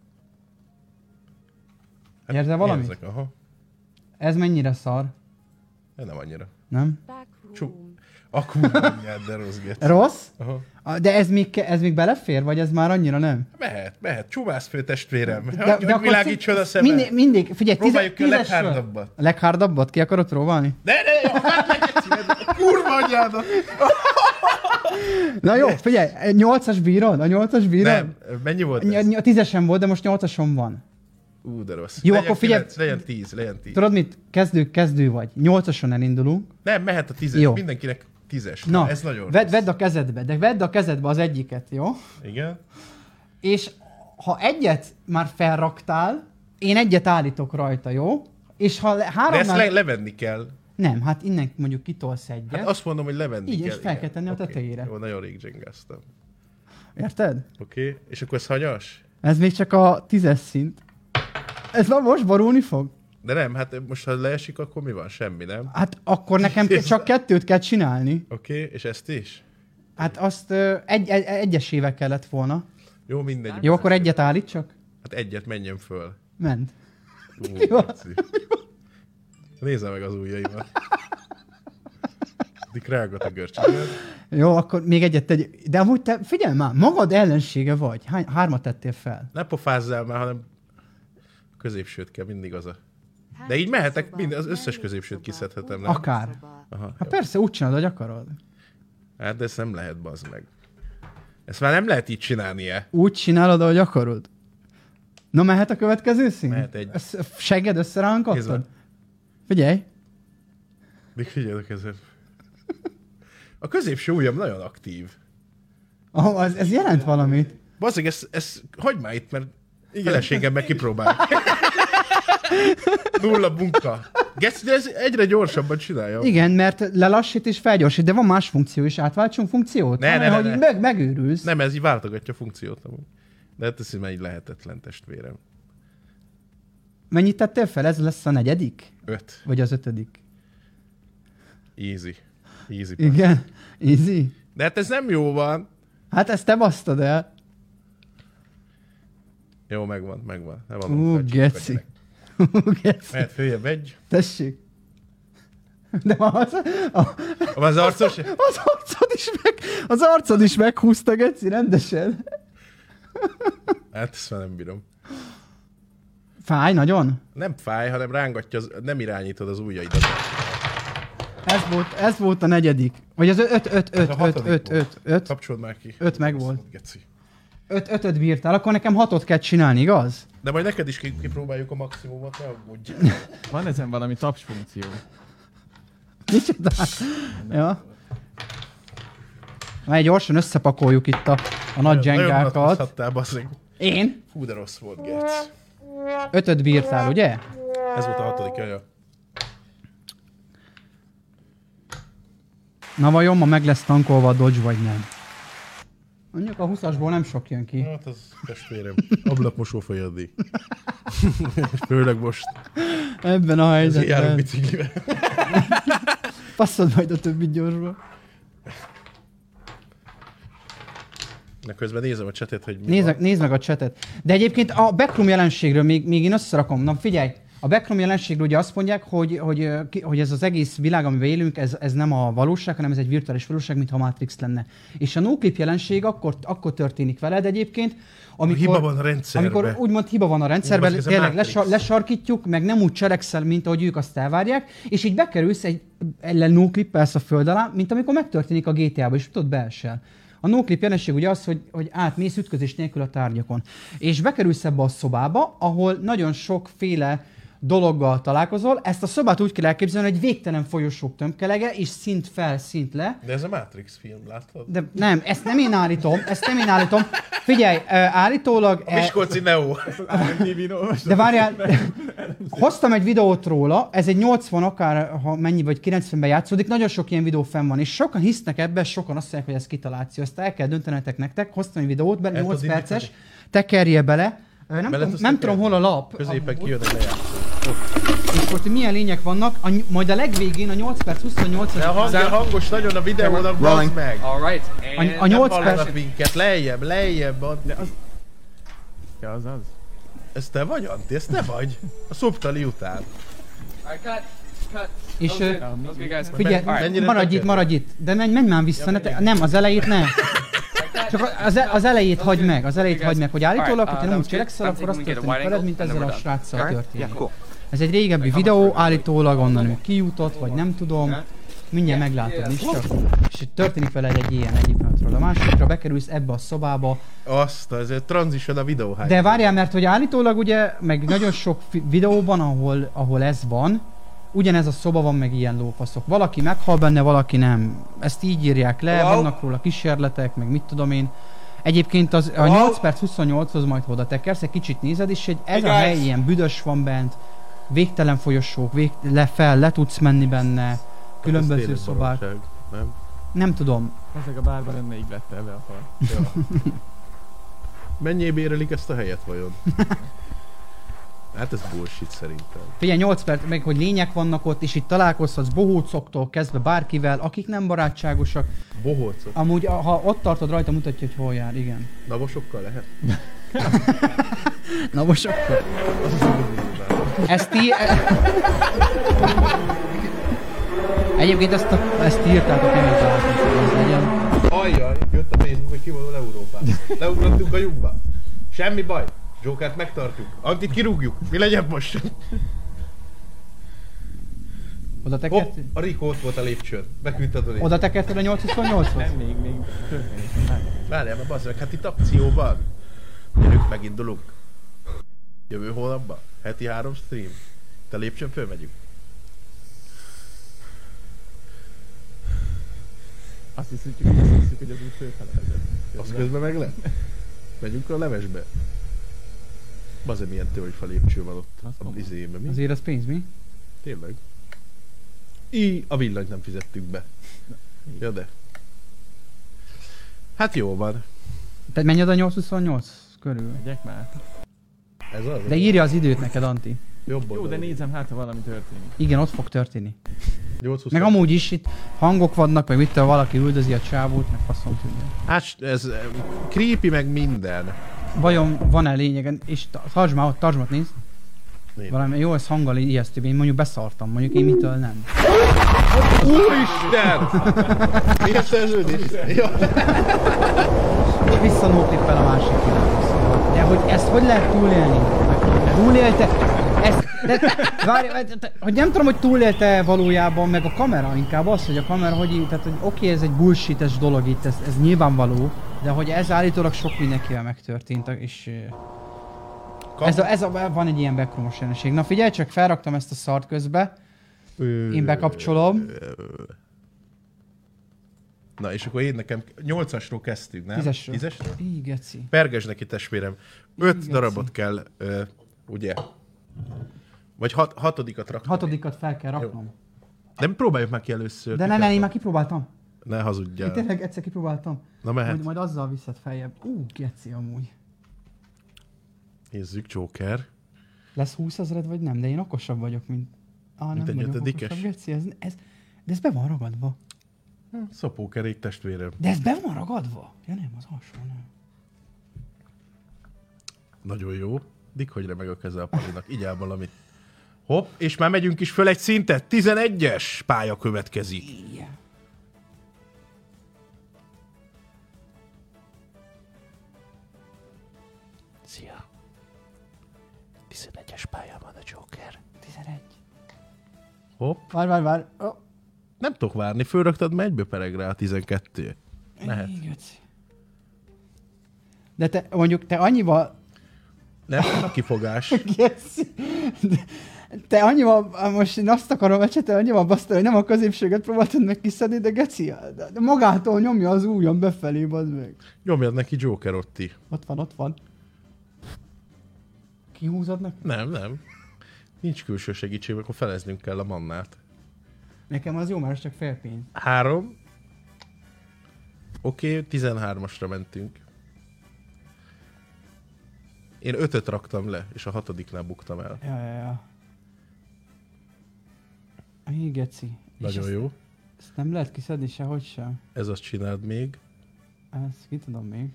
Hát Érzel valamit? érzek, aha. Ez mennyire szar? De nem annyira. Nem? Csú. A kurványát, de rossz gec. Rossz? Aha. A- De ez még, ke- ez még belefér, vagy ez már annyira nem? Mehet, mehet. Csumászfő testvérem. De, De, hogy akkor világítson a szemed. mindig, mindig, figyelj, tíze, Próbáljuk ki a tízesről. leghardabbat. A leghardabbat? Ki akarod próbálni? Ne, ne, ne, hát legegyszerűbb. A kurva anyádat. Na jó, figyelj, nyolcas bírod? A nyolcas bírod? Nem, mennyi volt Ny- ez? ny- A tízesen volt, de most nyolcason van. Ú, de rossz. Jó, legyen akkor figyelj- kilenc, legyen tíz, legyen tíz. Tudod mit? Kezdő, kezdő vagy. Nyolcason elindulunk. Nem, mehet a tízes. Jó. Mindenkinek tízes. Na, ez nagyon vedd, rossz. vedd a kezedbe, de vedd a kezedbe az egyiket, jó? Igen. És ha egyet már felraktál, én egyet állítok rajta, jó? És ha le- De háromnál... ezt le, levenni kell. Nem, hát innen mondjuk kitolsz egyet. Hát azt mondom, hogy levenni Így, kell. és fel igen. kell tenni a Oké. tetejére. Jó, nagyon rég dzsengáztam. Érted? Oké, okay. És akkor ez hanyas? Ez még csak a tízes szint. Ez már most borulni fog? De nem, hát most ha leesik, akkor mi van? Semmi, nem? Hát akkor nekem csak kettőt kell csinálni. Oké, okay. És ezt is? Hát azt ö, egy, egy, egyesével kellett volna. Jó, mindegy. Jó, akkor egyet állítsak? Hát egyet menjen föl. Ment. Ú, Jó. geci. Nézze meg az ujjaimat. Addig rágat a görcsöket. Jó, akkor még egyet tegy. De amúgy te, figyelj már, magad ellensége vagy. Hány, hármat tettél fel? Ne pofázzál már, hanem a középsőt kell, mindig az a... De így mehetek, minden, az összes középsőt kiszedhetem, nem? Akár. Aha, Hát persze, úgy csinálod, hogy akarod. Hát de ezt nem lehet, bazd meg. Ezt már nem lehet így csinálnia. Úgy csinálod, ahogy akarod. Na, mehet a következő szín? Mehet egy. Össze, segged Nézd összeránkottad? meg. Figyelj. Még figyelj a kezed. A középső ujjam nagyon aktív. Oh, ez, ez jelent valamit. Bazd meg, ezt, ezt hagyd már itt, mert feleségemmel kipróbáljuk. Nulla munka. Gesz, de ez egyre gyorsabban csinálja. Igen, mert lelassít és felgyorsít, de van más funkció is. Átváltsunk funkciót? Ne, ne, Hogy ne, ne. Meg, megőrülsz. Nem, ez így váltogatja a funkciót amúgy. De hát ez már így lehetetlen, testvérem. Mennyit tettél fel? Ez lesz a negyedik? Öt. Vagy az ötödik? Easy. Easy. pass. Igen. Easy. De hát ez nem jó van. Hát ezt te basztad el. Jó, megvan, megvan. Nem van Ú, munka, csak geci. vegyenek. Ú, geci. Mehet följebb egy. Tessék. De az, a, Az arcos... az arcod is meg, az arcod is meghúzta, geci, rendesen. Hát ezt már nem bírom. Fáj nagyon? Nem fáj, hanem rángatja, az, nem irányítod az ujjaidat. Ez volt, ez volt a negyedik. Vagy az öt, öt, öt, Ez a öt, öt, hatodik öt, volt. öt, öt, Kapcsold már ki. öt meg volt. Geci. Öt, ötöt bírtál, akkor nekem hatot kell csinálni, igaz? De majd neked is ki- kipróbáljuk a maximumot, ne aggódj. Van ezen valami taps funkció. Micsoda? Ja. Már gyorsan összepakoljuk itt a, a nagy Nagyon dzsengákat. unatkozhattál, basszeg. Én? Fú, de rossz volt, Gec. Ötöt bírtál, ugye? Ez volt a hatodik, jaja. Na vajon ma meg lesz tankolva a Dodge, vagy nem? Mondjuk a huszasból nem sok jön ki. Hát az testvérem. Ablakmosó folyadék. Főleg most. Ebben a Ezért járunk helyzetben. biciklivel. Passzod majd a többi gyorsba. Na közben nézem a csetet, hogy mi Nézd, van. meg- nézd meg a csetet. De egyébként a backroom jelenségről még, még én összerakom. Na figyelj, a backroom jelenségről ugye azt mondják, hogy, hogy, ö, ki- hogy ez az egész világ, amiben élünk, ez, ez nem a valóság, hanem ez egy virtuális valóság, mintha Matrix lenne. És a noclip jelenség akkor, akkor történik veled egyébként, amikor, hiba van a rendszerben. amikor úgymond hiba van a rendszerben, Úgy, ez a tényleg Matrix. lesar, lesarkítjuk, meg nem úgy cselekszel, mint ahogy ők azt elvárják, és így bekerülsz egy ellen noclippelsz a föld alá, mint amikor megtörténik a gé té á-ban, és tudod, beesel. A noclip jelenség ugye az, hogy, hogy átmész ütközés nélkül a tárgyakon. És bekerülsz ebbe a szobába, ahol nagyon sokféle dologgal találkozol. Ezt a szobát úgy kell elképzelni, hogy végtelen folyosók tömkelege, és szint fel, szint le. De ez a Matrix film, látod? De nem, ezt nem én állítom, ezt nem én állítom. Figyelj, uh, állítólag... A Miskolci Neo. De várjál, hoztam egy videót róla, ez egy nyolcvan akár, ha mennyi vagy kilencvenben játszódik, nagyon sok ilyen videó fenn van, és sokan hisznek ebben, sokan azt mondják, hogy ez kitaláció. Ezt el kell döntenetek nektek, hoztam egy videót, be, nyolc perces, tekerje bele. Nem, tudom, nem tudom, hol a lap. Középen kijön a lejátszó. És ott milyen lények vannak, a, majd a legvégén a nyolc perc huszonnyolc. De a hangja hangos nagyon a videónak, bazd meg! A, a nyolc perc... minket, lejjebb, lejjebb. A... De az... Ja, az az. Ez te vagy, Antti? Ez te vagy? A szubtali után. És figyelj, maradj itt, maradj itt, de menj, menj már vissza, ne te, nem, az elejét ne. Csak az, az elejét hagyd meg, az elejét hagyd meg, hogy állítólag, hogyha nem úgy cselekszel, akkor azt történik veled, mint ezzel a sráccal történik. Ez egy régebbi videó, állítólag onnan ő kijutott, vagy nem tudom. Mindjárt meglátod is csak. És történik veled egy ilyen egyik pillanatról a másikra, bekerülsz ebbe a szobába. Azt, ez egy transition a videó. De várjál, mert hogy állítólag ugye, meg nagyon sok videóban, ahol, ahol ez van, ugyanez a szoba van, meg ilyen lófaszok. Valaki meghal benne, valaki nem. Ezt így írják le, wow. Vannak róla kísérletek, meg mit tudom én. Egyébként az, a nyolc perc huszonnyolchoz majd oda tekersz, egy kicsit nézed, és egy, ez hey a hely ilyen büdös van bent, végtelen folyosók, vég, le fel, le tudsz menni benne, különböző hát szobák. Valóság, nem? Nem tudom. Ezek a bárban lenne így vette ebbe a fal. Ja. Mennyi bérelik ezt a helyet vajon? Hát ez bullshit szerintem. Figyelj, nyolc perc, meg hogy lények vannak ott, és itt találkozhatsz bohócoktól kezdve bárkivel, akik nem barátságosak. Bohócok? Amúgy, ha ott tartod rajta, mutatja, hogy hol jár, igen. Nabosokkal lehet? Nabosokkal? Ezt í... Egyébként ezt, a, ezt írtátok, én nem találkozom, hogy ez legyen. Ajjaj, jött a Facebook, hogy kivonul Európát. Leugrottunk a lyukba. Semmi baj. Jokert megtartjuk. Antit kirúgjuk. Mi legyen most? Oda tekertél? Hopp, a Rico ott volt a lépcsőn. Beküldted a lépcsőn. Oda tekertél a nyolc huszonnyolchoz? Nem, még, még történik. Várjál, mert bazdmeg, hát itt akció van. Gyerünk, megindulunk. Jövő hónapban. Heti három stream. Itt a lépcsőn fölmegyünk. Azt hiszük, hogy azt hiszük, hogy az úgy fölfele vezet. Azt közben meg le? Megyünk a levesbe. Bazd, milyen tölgyfa lépcső van ott az izébe, mi? Azért az pénz, mi? Tényleg. Í, a villanyt nem fizettük be. Ja de. Hát jó van. Te menj oda nyolc huszonnyolc körül. Megyek már. Ez az? De írja az időt neked, Anti. Jobb Jó, oldal. de nézem hát, ha valami történik. Igen, ott fog történni. nyolc húsz. Meg amúgy is itt hangok vannak, meg mit tudom, valaki üldözi a csávót, meg faszom tudja. Hát ez creepy meg minden. Vajon van-e lényegen, és tartsd már ott, tartsd már, nézd. Nézd. Valami jó, ez hanggal ijesztőbb, én mondjuk beszartam, mondjuk én mitől nem. Úristen! Milyen szerződés? Ja. Visszanóklippel a másik világos. De hogy ezt hogy lehet túlélni? Túlélte? Ezt, de, várj, hogy nem tudom, hogy túlélte valójában, meg a kamera inkább az, hogy a kamera, hogy tehát, hogy oké, okay, ez egy bullshit-es dolog itt, ez, ez nyilvánvaló, de hogy ez állítólag sok mindenkivel megtörtént, és ez a, ez a, van egy ilyen backromos jelenség. Na figyelj csak, felraktam ezt a szart közbe, én bekapcsolom. Na és akkor én nekem nyolcasról kezdtünk, nem? Tízesről. Tízesről? Így, geci. Pergesd neki, testvérem. Öt Így, darabot geci. kell, ö, ugye? Vagy hat, hatodikat rakni. Hatodikat fel kell raknom. Nem próbáljuk meg ki először. De ne, ne, én már kipróbáltam. Ne hazudjál. Én tényleg egyszer kipróbáltam. Na mehet. Majd, majd azzal viszed feljebb. Ú, geci amúgy. Nézzük, Joker. Lesz húszezred vagy nem, de én okosabb vagyok, mint... Ah, Mint nem egy vagyok ötödikes? okosabb, geci, ez, ez, de ez be van ragadva. Szopókerék, testvérem. De ez be van ragadva? Ja nem, az alsó nem. Nagyon jó. Dik, hogy remeg a keze a Palinak. Így áll valami. Hopp, és már megyünk is föl egy szintet. tizenegyes pálya következik. Igen. Szia. tizenegyes pályán van a Joker. tizenegy. Hopp. Várj, várj, várj. Oh. Nem tudok várni, fölraktad, mert egyből pereg rá a tizenkettő. Mehet. Igen, geci. De te, mondjuk te annyival... Nem, a kifogás. Geci. De, Te annyival, most én azt akarom ecsetelni, annyival basztani, hogy nem a középséget próbáltad meg kiszedni, de geci, de de magától nyomja az ujjam befelé, bazd meg. Nyomjad neki Joker Otti. Ott van, ott van. Kihúzod neki? Nem, nem. Nincs külső segítség, akkor feleznünk kell a mannát. Nekem az jó, mert az csak fél pénz. Három. Oké, okay, tizenhármasra mentünk. Én ötöt raktam le, és a hatodiknál buktam el. Ja, ja, ja. Hí, geci. Nagyon és jó. Ezt, ezt nem lehet kiszedni sehogy sem. Ez azt csináld még. Ezt ki tudom még.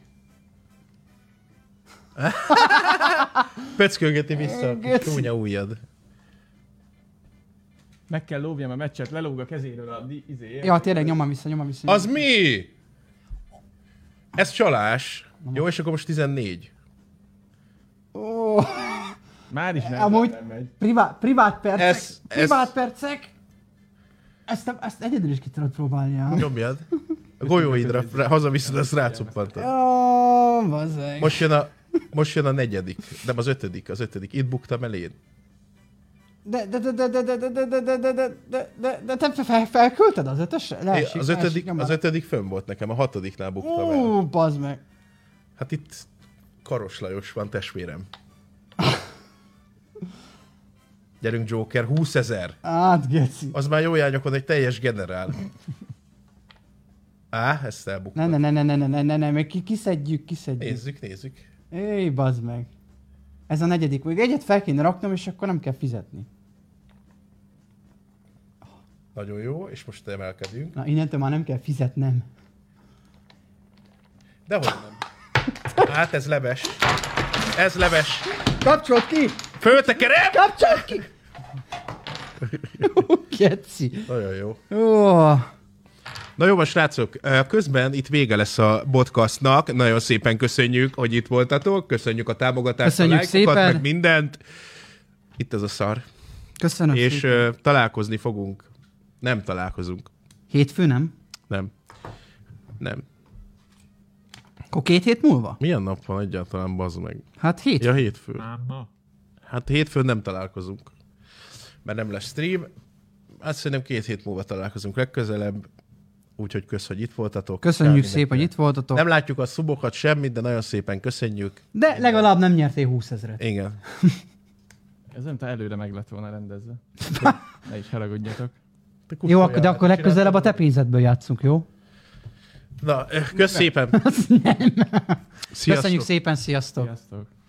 Pöckölgeti vissza a kis csúnya ujjad. Meg kell lóvjam a meccset, lelóg a kezéről a di- izé. Ja, tényleg nyomam vissza, nyomam vissza. Az mi? Ez csalás. Jó, és akkor most tizennégy. Ó, Már is nem, amúgy nem megy. privát, privát percek. Ez- privát ez- percek. Ezt, nem- ezt egyedül is ki tudod próbálni. ám. Nyomjad. A golyóidra ra- hazaviszed, azt rácuppantod. Ó, bazzeg. Most jön a, most jön a negyedik. Nem, az ötödik, az ötödik. Itt buktam el én. De, de, de, de, de, de, de, de, de, de, de, de, de, de, de te fel, felküldted az ötösre? É, Leesik, az leesik, ötödik, nyomd az már. ötödik fönn volt nekem, a hatodiknál buktam el. Ó, bazd meg. Hát itt Karos Lajos van, testvérem. Gyerünk Joker, húszezer. Hát, geci. Az már jó jányokon egy teljes generál. Á, ezt elbuktam. Ne, ne, ne, ne, ne, ne, ne, ne, meg ki, kiszedjük, kiszedjük. Nézzük, nézzük. Éj, bazd meg. Ez a negyedik. Még egyet fel kéne raknom, és akkor nem kell fizetni. Nagyon jó, és most emelkedünk. Na, innentől már nem kell fizetnem. Dehogy nem. Hát ez leves. Ez leves. Kapcsolt ki! Föltekerem! Kapcsolt ki! Ó, geci. Nagyon jó. Ó, Na jó, most srácok, közben itt vége lesz a podcastnak. Nagyon szépen köszönjük, hogy itt voltatok. Köszönjük a támogatást, Köszönjük a lájkokat, szépen. meg mindent. Itt ez a szar. köszönöm És szépen. uh, találkozni fogunk. Nem találkozunk. Hétfő nem? Nem. Nem. Akkor két hét múlva? Milyen nap van egyáltalán, bazd meg? Hát hét. Ja, hétfő. Aha. Hát hétfőn nem találkozunk. Mert nem lesz stream. Hát szerintem két hét múlva találkozunk legközelebb. Úgyhogy kösz, hogy itt voltatok. Köszönjük Kár szépen, hogy mindenkinek. itt voltatok. Nem látjuk a szubokat, semmit, de nagyon szépen köszönjük. De legalább nem nyertél húszezret. Igen. Ez nem te előre meg lett volna rendezve. Ne is haragudjatok. Te Jó, kupoljál, akkor, de akkor te legközelebb a te csináltad? pénzedből játszunk, jó? Na, kösz szépen. Sziasztok. Köszönjük szépen, sziasztok! Sziasztok.